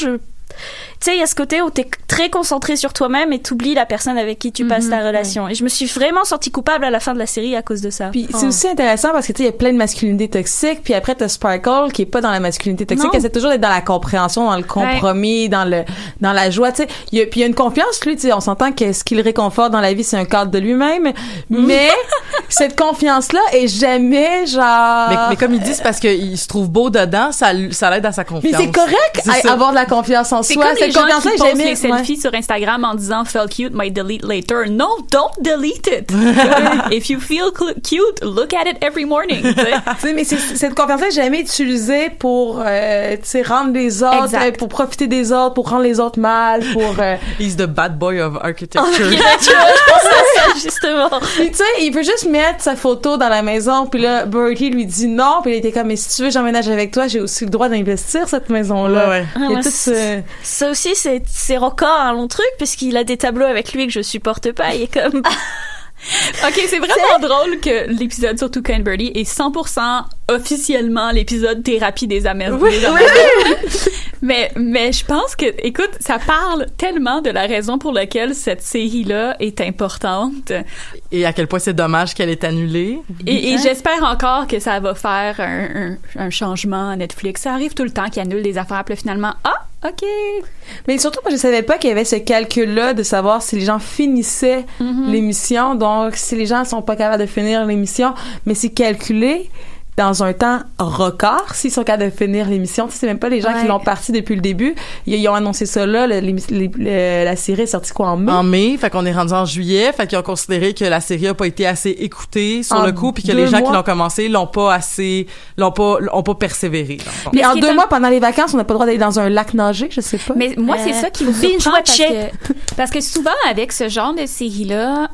tu sais, il y a ce côté où t'es très concentré sur toi-même et t'oublies la personne avec qui tu passes ta relation. Et je me suis vraiment sentie coupable à la fin de la série à cause de ça. Puis c'est aussi intéressant parce que tu sais, il y a plein de masculinité toxique, puis après t'as Sparkle qui est pas dans la masculinité toxique, elle essaie toujours d'être dans la compréhension, dans le compromis, dans la joie, tu sais. Puis il y a une confiance, lui, tu sais, on s'entend que ce qui le réconforte dans la vie, c'est un cadre de lui-même, mais cette confiance-là est jamais genre... Mais comme il dit, c'est parce qu'il se trouve beau dedans, ça l'aide à sa confiance. Mais c'est correct avoir de la confiance en soi. C'est comme les gens qui postent les selfies sur Instagram en disant « Felt cute, might delete later ». No, don't delete it. If you feel cute, look at it every morning. Mais cette confiance-là n'est jamais utilisée pour rendre les autres, pour profiter des autres, pour rendre les autres mal, pour... He's the bad boy of architecture. Je pense à ça, justement. Puis tu sais, il veut juste mettre sa photo dans la maison, puis là, Bertie lui dit non, puis il était comme « Mais si tu veux, j'emménage avec toi, j'ai aussi le droit d'investir cette maison-là. Ouais. » Ça aussi, c'est encore un long truc, puisqu'il a des tableaux avec lui que je supporte pas. Il est comme... OK, c'est vraiment drôle que l'épisode sur Tuca and Birdie est 100% officiellement l'épisode thérapie des Américains. Oui. Mais je pense que, écoute, ça parle tellement de la raison pour laquelle cette série-là est importante. Et à quel point c'est dommage qu'elle est annulée. Et j'espère encore que ça va faire un changement à Netflix. Ça arrive tout le temps qu'ils annulent des affaires, puis finalement, OK. Mais surtout, moi, je savais pas qu'il y avait ce calcul-là de savoir si les gens finissaient l'émission. Donc, si les gens sont pas capables de finir l'émission, mais c'est calculé dans un temps record s'ils sont capables de finir l'émission. Tu sais, c'est même pas les gens qui l'ont parti depuis le début. Ils ont annoncé ça là. La série est sortie quoi en mai? En mai, fait qu'on est rendu en juillet. Fait qu'ils ont considéré que la série a pas été assez écoutée sur le coup, puis que les gens qui l'ont commencé l'ont pas persévéré. Puis en 2 mois, pendant les vacances, on n'a pas le droit d'aller dans un lac nager, je sais pas. Mais moi, c'est ça qui me surprend parce que souvent, avec ce genre de série-là,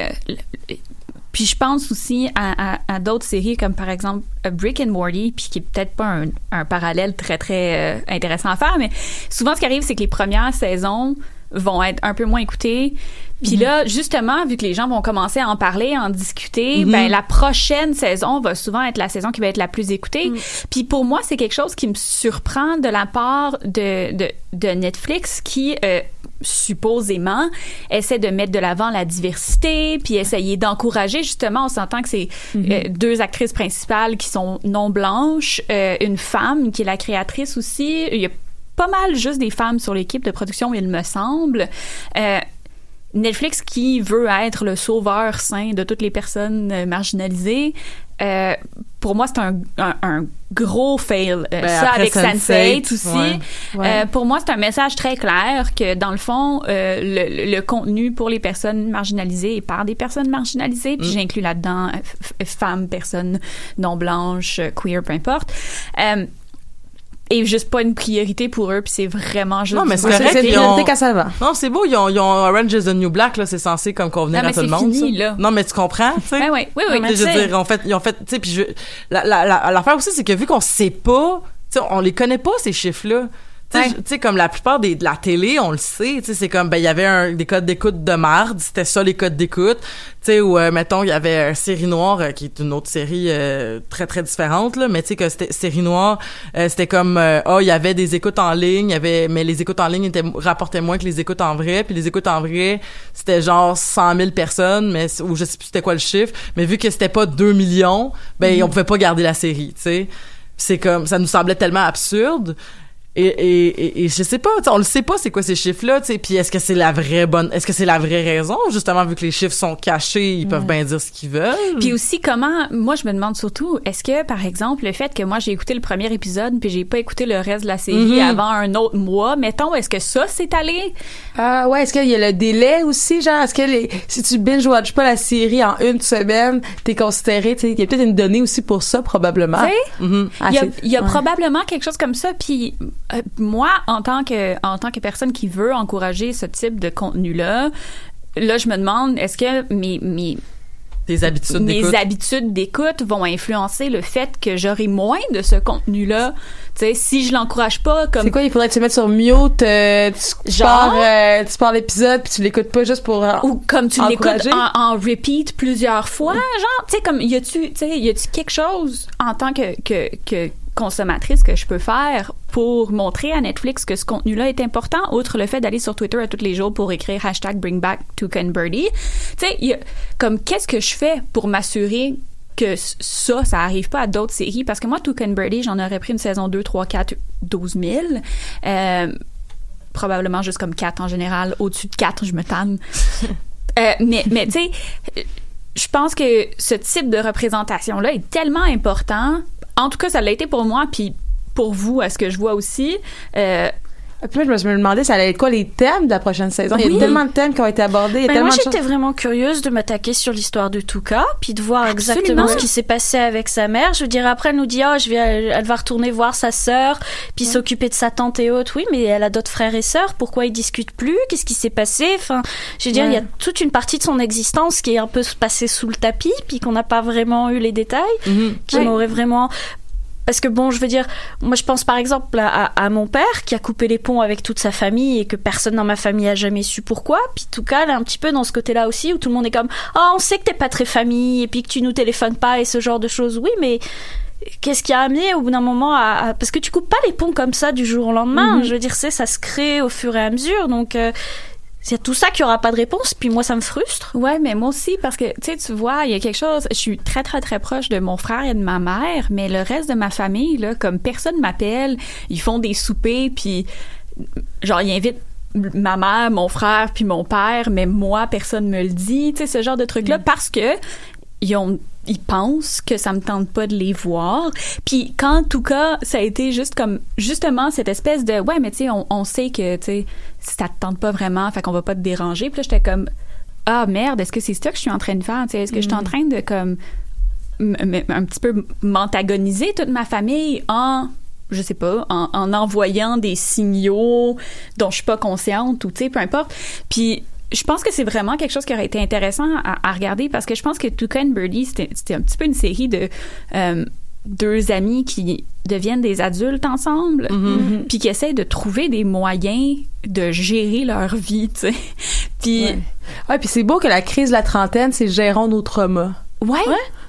puis je pense aussi à d'autres séries comme par exemple Rick and Morty, puis qui est peut-être pas un parallèle très très intéressant à faire, mais souvent ce qui arrive c'est que les premières saisons vont être un peu moins écoutées. Puis là, justement, vu que les gens vont commencer à en parler, à en discuter, ben la prochaine saison va souvent être la saison qui va être la plus écoutée. Puis pour moi, c'est quelque chose qui me surprend de la part de Netflix qui supposément essaie de mettre de l'avant la diversité, puis essayer d'encourager, justement, on s'entend que c'est 2 actrices principales qui sont non blanches, une femme qui est la créatrice aussi. Il y a pas mal juste des femmes sur l'équipe de production, il me semble. Netflix qui veut être le sauveur saint de toutes les personnes marginalisées, pour moi c'est un gros fail. Ça avec Sense8 aussi. Pour moi c'est un message très clair que dans le fond le contenu pour les personnes marginalisées est par des personnes marginalisées, puis j'inclus là-dedans femmes, personnes non blanches, queer, peu importe. Et juste pas une priorité pour eux, puis c'est vraiment juste... Non, mais c'est correct. C'est priorité quand ça va. Non, c'est beau, ils ont Orange is the New Black, là, c'est censé comme convenir à tout le monde. C'est fini, là. Non, mais tu comprends, tu sais? Oui. Je veux dire, ils ont fait, tu sais, puis l'affaire aussi, c'est que vu qu'on sait pas, tu sais, on les connaît pas, ces chiffres-là. Tu sais, comme la plupart de la télé, on le sait, tu sais, c'est comme, ben, il y avait des codes d'écoute de marde, c'était ça, les codes d'écoute, tu sais, ou, mettons, il y avait Série Noire, qui est une autre série, très, très différente, là, mais tu sais, que c'était Série Noire, c'était comme, il y avait des écoutes en ligne, mais les écoutes en ligne rapportaient moins que les écoutes en vrai, puis les écoutes en vrai, c'était genre 100 000 personnes, ou je sais plus c'était quoi le chiffre, mais vu que c'était pas 2 millions, ben, on pouvait pas garder la série, tu sais. C'est comme, ça nous semblait tellement absurde. Et je sais pas, on le sait pas c'est quoi ces chiffres-là, tu sais, puis est-ce que c'est la vraie raison, justement, vu que les chiffres sont cachés, ils peuvent bien dire ce qu'ils veulent. Puis aussi moi je me demande surtout, est-ce que par exemple le fait que moi j'ai écouté le premier épisode puis j'ai pas écouté le reste de la série avant un autre mois, mettons, est-ce que ça c'est allé? Ouais, est-ce qu'il y a le délai aussi, genre, est-ce que si tu binge-watch pas la série en 1 semaine, t'es considéré, tu sais, il y a peut-être une donnée aussi pour ça, probablement. Il y a probablement quelque chose comme ça, puis moi, en tant que personne qui veut encourager ce type de contenu-là, je me demande, est-ce que mes habitudes d'écoute vont influencer le fait que j'aurai moins de ce contenu-là? Tu sais, si je l'encourage pas, comme... C'est quoi, il faudrait que tu te mettes sur mute, tu pars l'épisode puis tu l'écoutes pas juste pour ou comme tu l'écoutes en repeat plusieurs fois, genre, tu sais, comme, y a-tu quelque chose en tant que consommatrice que je peux faire pour montrer à Netflix que ce contenu-là est important, outre le fait d'aller sur Twitter à tous les jours pour écrire #BringBackTucaandBirdie. Tu sais, comme qu'est-ce que je fais pour m'assurer que ça arrive pas à d'autres séries? Parce que moi, Toucan Birdie, j'en aurais pris une saison 2, 3, 4, 12 000. Probablement juste comme 4 en général. Au-dessus de 4, je me tanne. Mais tu sais, je pense que ce type de représentation-là est tellement important. En tout cas, ça l'a été pour moi, puis pour vous, à ce que je vois aussi. Puis moi, je me demandais, ça allait être quoi les thèmes de la prochaine saison? Il y a tellement de thèmes qui ont été abordés. Moi, j'étais vraiment curieuse de m'attaquer sur l'histoire de Touka, puis de voir exactement ce qui s'est passé avec sa mère. Je veux dire, après, elle nous dit, elle va retourner voir sa sœur, puis s'occuper de sa tante et autres. Oui, mais elle a d'autres frères et sœurs. Pourquoi ils discutent plus? Qu'est-ce qui s'est passé? Enfin, je veux dire, il y a toute une partie de son existence qui est un peu passée sous le tapis, puis qu'on n'a pas vraiment eu les détails, qui m'auraient vraiment... Parce que bon, je veux dire, moi je pense par exemple à mon père qui a coupé les ponts avec toute sa famille et que personne dans ma famille a jamais su pourquoi. Puis en tout cas, elle est un petit peu dans ce côté-là aussi où tout le monde est comme on sait que t'es pas très famille et puis que tu nous téléphones pas et ce genre de choses. Oui, mais qu'est-ce qui a amené au bout d'un moment parce que tu coupes pas les ponts comme ça du jour au lendemain. Je veux dire, ça se crée au fur et à mesure. Donc c'est tout ça qui aura pas de réponse, puis moi ça me frustre. Ouais, mais moi aussi parce que tu vois, il y a quelque chose, je suis très très très proche de mon frère et de ma mère, mais le reste de ma famille là, comme personne m'appelle, ils font des soupers puis genre ils invitent ma mère, mon frère puis mon père, mais moi personne me le dit, tu sais ce genre de truc là parce que ils pensent que ça me tente pas de les voir. Puis quand en tout cas, ça a été juste comme justement cette espèce de ouais, mais tu sais on sait que tu sais ça te tente pas vraiment, fait qu'on va pas te déranger. Puis là j'étais comme merde, est-ce que c'est ça que je suis en train de faire, tu sais, est-ce que je suis en train de comme un petit peu m'antagoniser toute ma famille je sais pas, en envoyant des signaux dont je suis pas consciente ou tu sais peu importe. Puis je pense que c'est vraiment quelque chose qui aurait été intéressant à regarder parce que je pense que Toucan Birdie, c'était un petit peu une série de deux amis qui deviennent des adultes ensemble puis qui essayent de trouver des moyens de gérer leur vie, tu sais. Puis puis c'est beau que la crise de la trentaine, c'est gérons nos traumas. Ouais.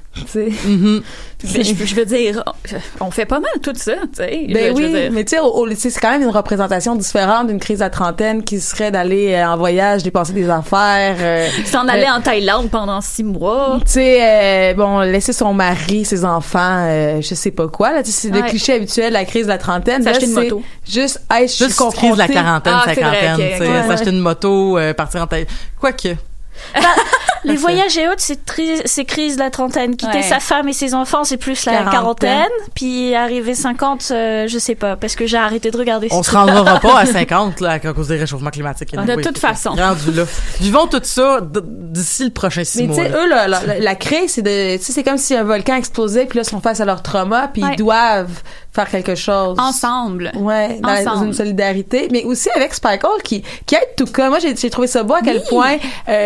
Je veux dire, on fait pas mal tout ça, tu sais. Ben oui, mais tu sais, c'est quand même une représentation différente d'une crise de la trentaine qui serait d'aller en voyage, dépenser des affaires. S'en aller en Thaïlande pendant 6 mois. Tu sais, laisser son mari, ses enfants, je sais pas quoi. Là, c'est le cliché habituel de la crise de la trentaine. S'acheter une moto. Juste, je suis confrontée. Crise de la quarantaine, cinquantaine. Vrai, okay. S'acheter une moto, partir en Thaïlande. Quoique. Les voyages et autres, c'est crise de la trentaine. Quitter sa femme et ses enfants, c'est plus la quarantaine. Puis arriver 50, je sais pas, parce que j'ai arrêté de regarder. On se rendra pas à 50 là, à cause des réchauffements climatiques. De toute façon. Rendu là. Vivons tout ça d'ici le prochain 6 mois. Mais tu sais, eux, la crise, c'est comme si un volcan explosait, puis là, ils sont face à leur trauma, puis ils doivent faire quelque chose. Ensemble. Ouais, dans une solidarité. Mais aussi avec Spike Hall qui aide Touka. Moi, j'ai trouvé ça beau à quel point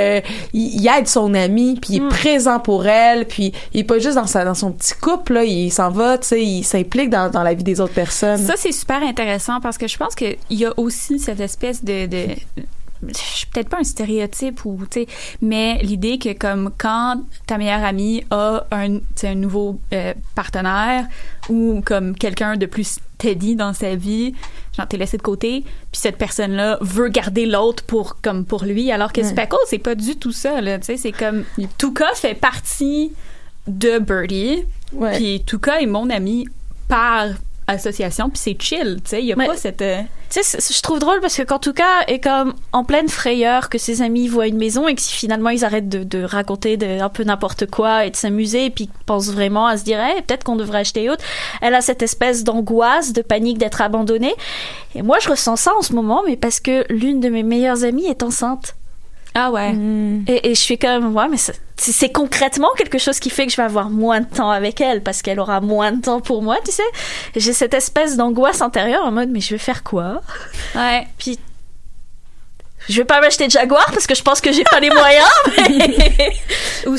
il aide son ami, puis il est présent pour elle, puis il est pas juste dans son petit couple, là, il s'en va, tu sais, il s'implique dans la vie des autres personnes. Ça, c'est super intéressant parce que je pense qu'il y a aussi cette espèce de peut-être pas un stéréotype ou tu sais, mais l'idée que comme quand ta meilleure amie a un nouveau partenaire ou comme quelqu'un de plus steady dans sa vie, genre t'es laissé de côté, puis cette personne-là veut garder l'autre pour lui, alors que Speckle, c'est pas du tout ça là, tu sais, c'est comme Touka fait partie de Birdie, puis Touka est mon ami par association, puis c'est chill, tu sais, il y a pas cette tu sais, je trouve drôle parce que quand Touka est comme en pleine frayeur que ses amis voient une maison et que si finalement ils arrêtent de raconter un peu n'importe quoi et de s'amuser et puis pensent vraiment à se dire peut-être qu'on devrait acheter autre, elle a cette espèce d'angoisse, de panique d'être abandonnée. Et moi je ressens ça en ce moment, mais parce que l'une de mes meilleures amies est enceinte. Ah ouais. Et je suis comme mais c'est concrètement quelque chose qui fait que je vais avoir moins de temps avec elle parce qu'elle aura moins de temps pour moi, tu sais. J'ai cette espèce d'angoisse intérieure en mode mais je vais faire quoi? Ouais. Puis je vais pas m'acheter de Jaguar parce que je pense que j'ai pas les moyens. Mais... Ou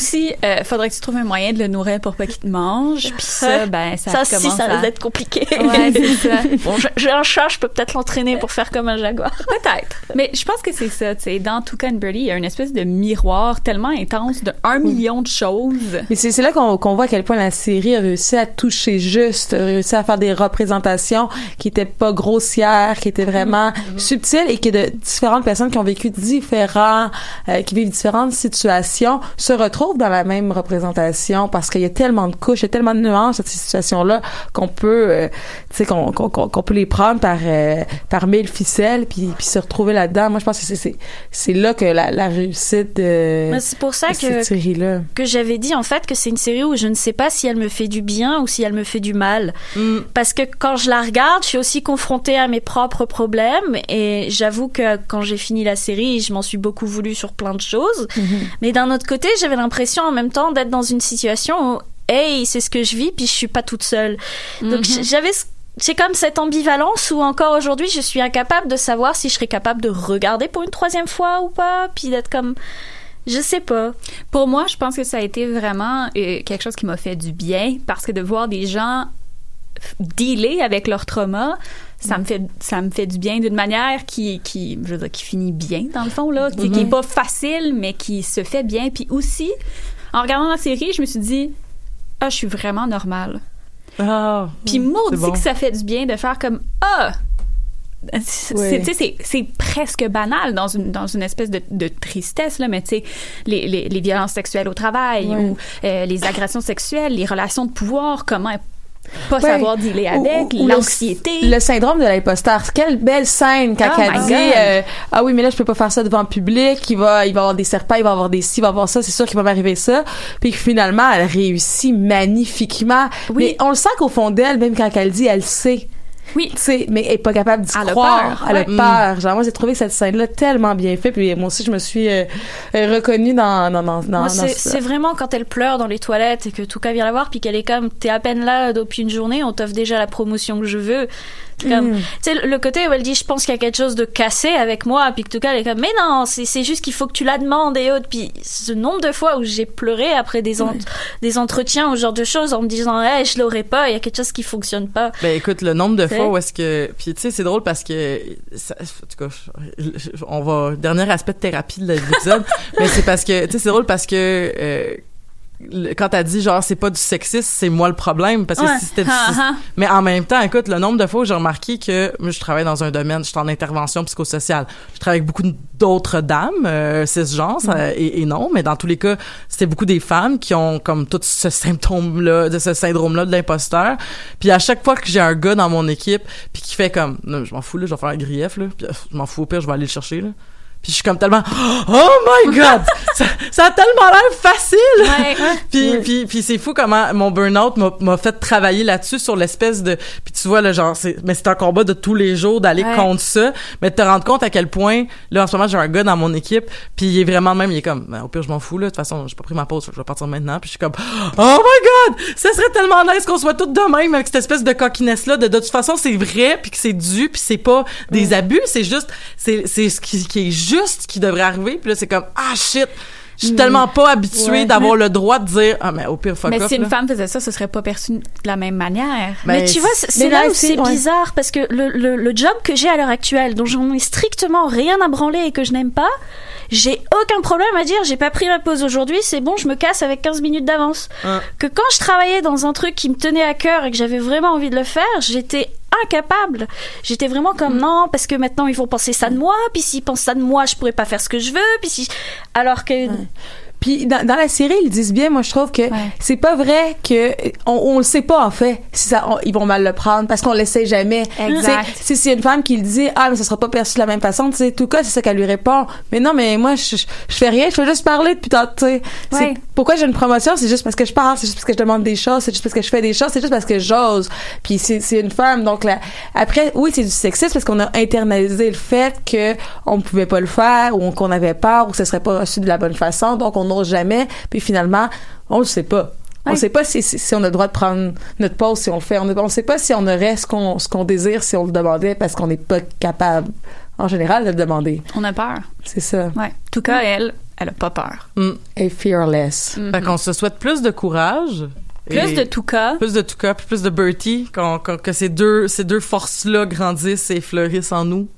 aussi, faudrait que tu trouves un moyen de le nourrir pour pas qu'il te mange. Puis ça, ben, ça commence ça va être compliqué. Ouais, c'est ça. Bon, j'ai un chat, je peux peut-être l'entraîner pour faire comme un jaguar. Peut-être. Mais je pense que c'est ça, tu sais. Dans Tuca and Birdie, il y a une espèce de miroir tellement intense de 1 million de choses. Mais c'est là qu'on voit à quel point la série a réussi à toucher juste, a réussi à faire des représentations qui étaient pas grossières, qui étaient vraiment subtiles et que de différentes personnes qui ont vécu qui vivent différentes situations se retrouvent dans la même représentation parce qu'il y a tellement de couches, il y a tellement de nuances à ces situations-là qu'on peut, tu sais, qu'on peut les prendre par 1000 ficelles puis se retrouver là-dedans. Moi, je pense que c'est là que la réussite de c'est pour ça cette série-là. Que j'avais dit en fait que c'est une série où je ne sais pas si elle me fait du bien ou si elle me fait du mal. Parce que quand je la regarde, je suis aussi confrontée à mes propres problèmes et j'avoue que quand j'ai fini la série, je m'en suis beaucoup voulu sur plein de choses. Mais d'un autre côté, j'avais l'impression en même temps d'être dans une situation où hey, c'est ce que je vis puis je suis pas toute seule. Donc j'ai comme cette ambivalence où encore aujourd'hui, je suis incapable de savoir si je serais capable de regarder pour une 3e fois ou pas, puis d'être comme je sais pas. Pour moi, je pense que ça a été vraiment quelque chose qui m'a fait du bien parce que de voir des gens dealer avec leur trauma, ça me fait du bien d'une manière qui je veux dire, qui finit bien dans le fond là, qui est pas facile mais qui se fait bien. Puis aussi, en regardant la série, je me suis dit je suis vraiment normale. Puis maudit que ça fait du bien de faire comme c'est presque banal dans une espèce de tristesse là, mais tu sais les violences sexuelles au travail ou les agressions sexuelles, les relations de pouvoir, comment pas savoir dealer avec, l'anxiété. Le syndrome de l'imposteur. Quelle belle scène quand elle dit ah oui, mais là je peux pas faire ça devant le public, il va y avoir des serpents, il va y avoir des ci, il va y avoir ça, c'est sûr qu'il va m'arriver ça. Puis finalement elle réussit magnifiquement. Mais on le sent qu'au fond d'elle, même quand elle dit, elle sait. Oui, tu sais, mais elle est pas capable d'y croire. Elle a peur. Genre, moi, j'ai trouvé cette scène-là tellement bien faite. Puis moi aussi, je me suis reconnue dans moi, c'est vraiment quand elle pleure dans les toilettes et que Tuca vient la voir, puis qu'elle est comme, t'es à peine là depuis une journée, on t'offre déjà la promotion que je veux. Comme, tu sais, le côté où elle dit, je pense qu'il y a quelque chose de cassé avec moi, puis que Tuca, elle est comme, mais non, c'est juste qu'il faut que tu la demandes et autres. Puis ce nombre de fois où j'ai pleuré après des entretiens ou ce genre de choses en me disant, hey, je l'aurais pas, il y a quelque chose qui fonctionne pas. Ben écoute, le nombre de fois où est-ce que, puis tu sais, c'est drôle parce que, en tout cas, on va, dernier aspect de thérapie de l'épisode, mais c'est parce que, tu sais, c'est drôle parce que, quand t'as dit genre c'est pas du sexisme, c'est moi le problème parce que si c'était mais en même temps, écoute, le nombre de fois où j'ai remarqué que moi je travaille dans un domaine, je suis en intervention psychosociale, je travaille avec beaucoup d'autres dames cisgenres et non, mais dans tous les cas c'était beaucoup des femmes qui ont comme tout ce symptôme-là, de ce syndrome-là de l'imposteur. Puis à chaque fois que j'ai un gars dans mon équipe puis qui fait comme non, je m'en fous là, je vais faire un grief là, puis je m'en fous, au pire je vais aller le chercher là. Puis je suis comme tellement oh my god, ça a tellement l'air facile. Puis c'est fou comment mon burn-out m'a fait travailler là-dessus sur l'espèce de, puis tu vois là genre c'est un combat de tous les jours d'aller contre ça, mais de te rendre compte à quel point là en ce moment j'ai un gars dans mon équipe puis il est vraiment même, il est comme au pire je m'en fous là, de toute façon j'ai pas pris ma pause, je vais partir maintenant. Puis je suis comme oh my god, ça serait tellement nice qu'on soit toutes de même avec cette espèce de coquinesse là de toute façon c'est vrai puis que c'est dû puis c'est pas des abus, c'est juste c'est ce qui est juste qui devrait arriver. Puis là c'est comme shit, je suis tellement pas habituée d'avoir le droit de dire mais au pire fuck off. Mais si une femme faisait ça, ce serait pas perçu de la même manière. Mais tu vois, c'est là où c'est bizarre parce que le job que j'ai à l'heure actuelle, dont j'en ai strictement rien à branler et que je n'aime pas, j'ai aucun problème à dire j'ai pas pris ma pause aujourd'hui, c'est bon, je me casse avec 15 minutes d'avance. Que quand je travaillais dans un truc qui me tenait à cœur et que j'avais vraiment envie de le faire, j'étais incapable. J'étais vraiment comme non, parce que maintenant ils vont penser ça de moi, puis s'ils pensent ça de moi, je pourrais pas faire ce que je veux, puis alors que Puis dans la série, ils disent bien, moi je trouve que c'est pas vrai que on le sait pas en fait si ils vont mal le prendre parce qu'on l'essaie jamais. Exact. Si c'est une femme qui le dit mais ça sera pas perçu de la même façon, tu sais, tout cas c'est ça qu'elle lui répond. Mais non, mais moi je fais rien, je fais juste parler depuis tantôt, tu sais. Pourquoi j'ai une promotion, c'est juste parce que je parle, c'est juste parce que je demande des choses, c'est juste parce que je fais des choses, c'est juste parce que j'ose. Puis c'est une femme, donc là après oui c'est du sexisme parce qu'on a internalisé le fait que on pouvait pas le faire ou qu'on avait peur ou que ce serait pas reçu de la bonne façon, donc on n'ose jamais, puis finalement on le sait pas. On sait pas si on a le droit de prendre notre pause si on le fait, on sait pas si on aurait ce qu'on désire si on le demandait parce qu'on n'est pas capable en général de le demander. On a peur. C'est ça. Ouais. En tout cas, elle elle a pas peur. Et fearless. Fait qu'on se souhaite plus de courage. Plus de Tuka. Plus de Tuka, puis plus de Bertie, que ces deux forces-là grandissent et fleurissent en nous.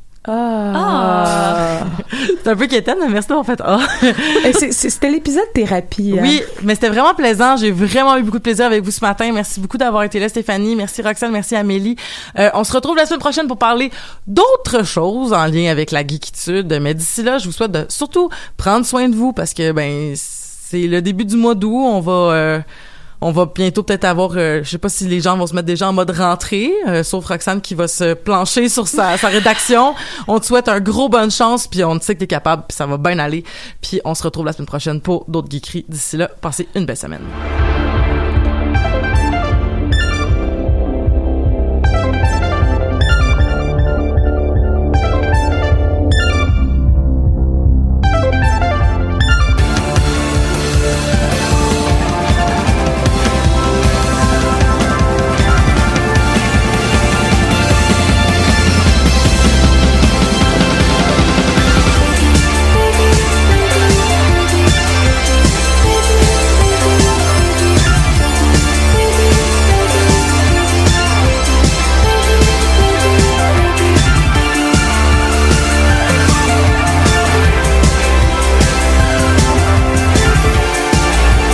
C'est un peu quétaine, mais merci d'avoir fait C'était l'épisode thérapie. Oui, mais c'était vraiment plaisant. J'ai vraiment eu beaucoup de plaisir avec vous ce matin. Merci beaucoup d'avoir été là, Stéphanie. Merci Roxane, merci Amélie. On se retrouve la semaine prochaine pour parler d'autres choses en lien avec la geekitude. Mais d'ici là, je vous souhaite de surtout prendre soin de vous parce que c'est le début du mois d'août. On va bientôt peut-être avoir, je sais pas si les gens vont se mettre déjà en mode rentrée, sauf Roxane qui va se plancher sur sa rédaction. On te souhaite un gros bonne chance, puis on te sait que t'es capable, puis ça va bien aller. Puis on se retrouve la semaine prochaine pour d'autres geekeries. D'ici là, passez une belle semaine.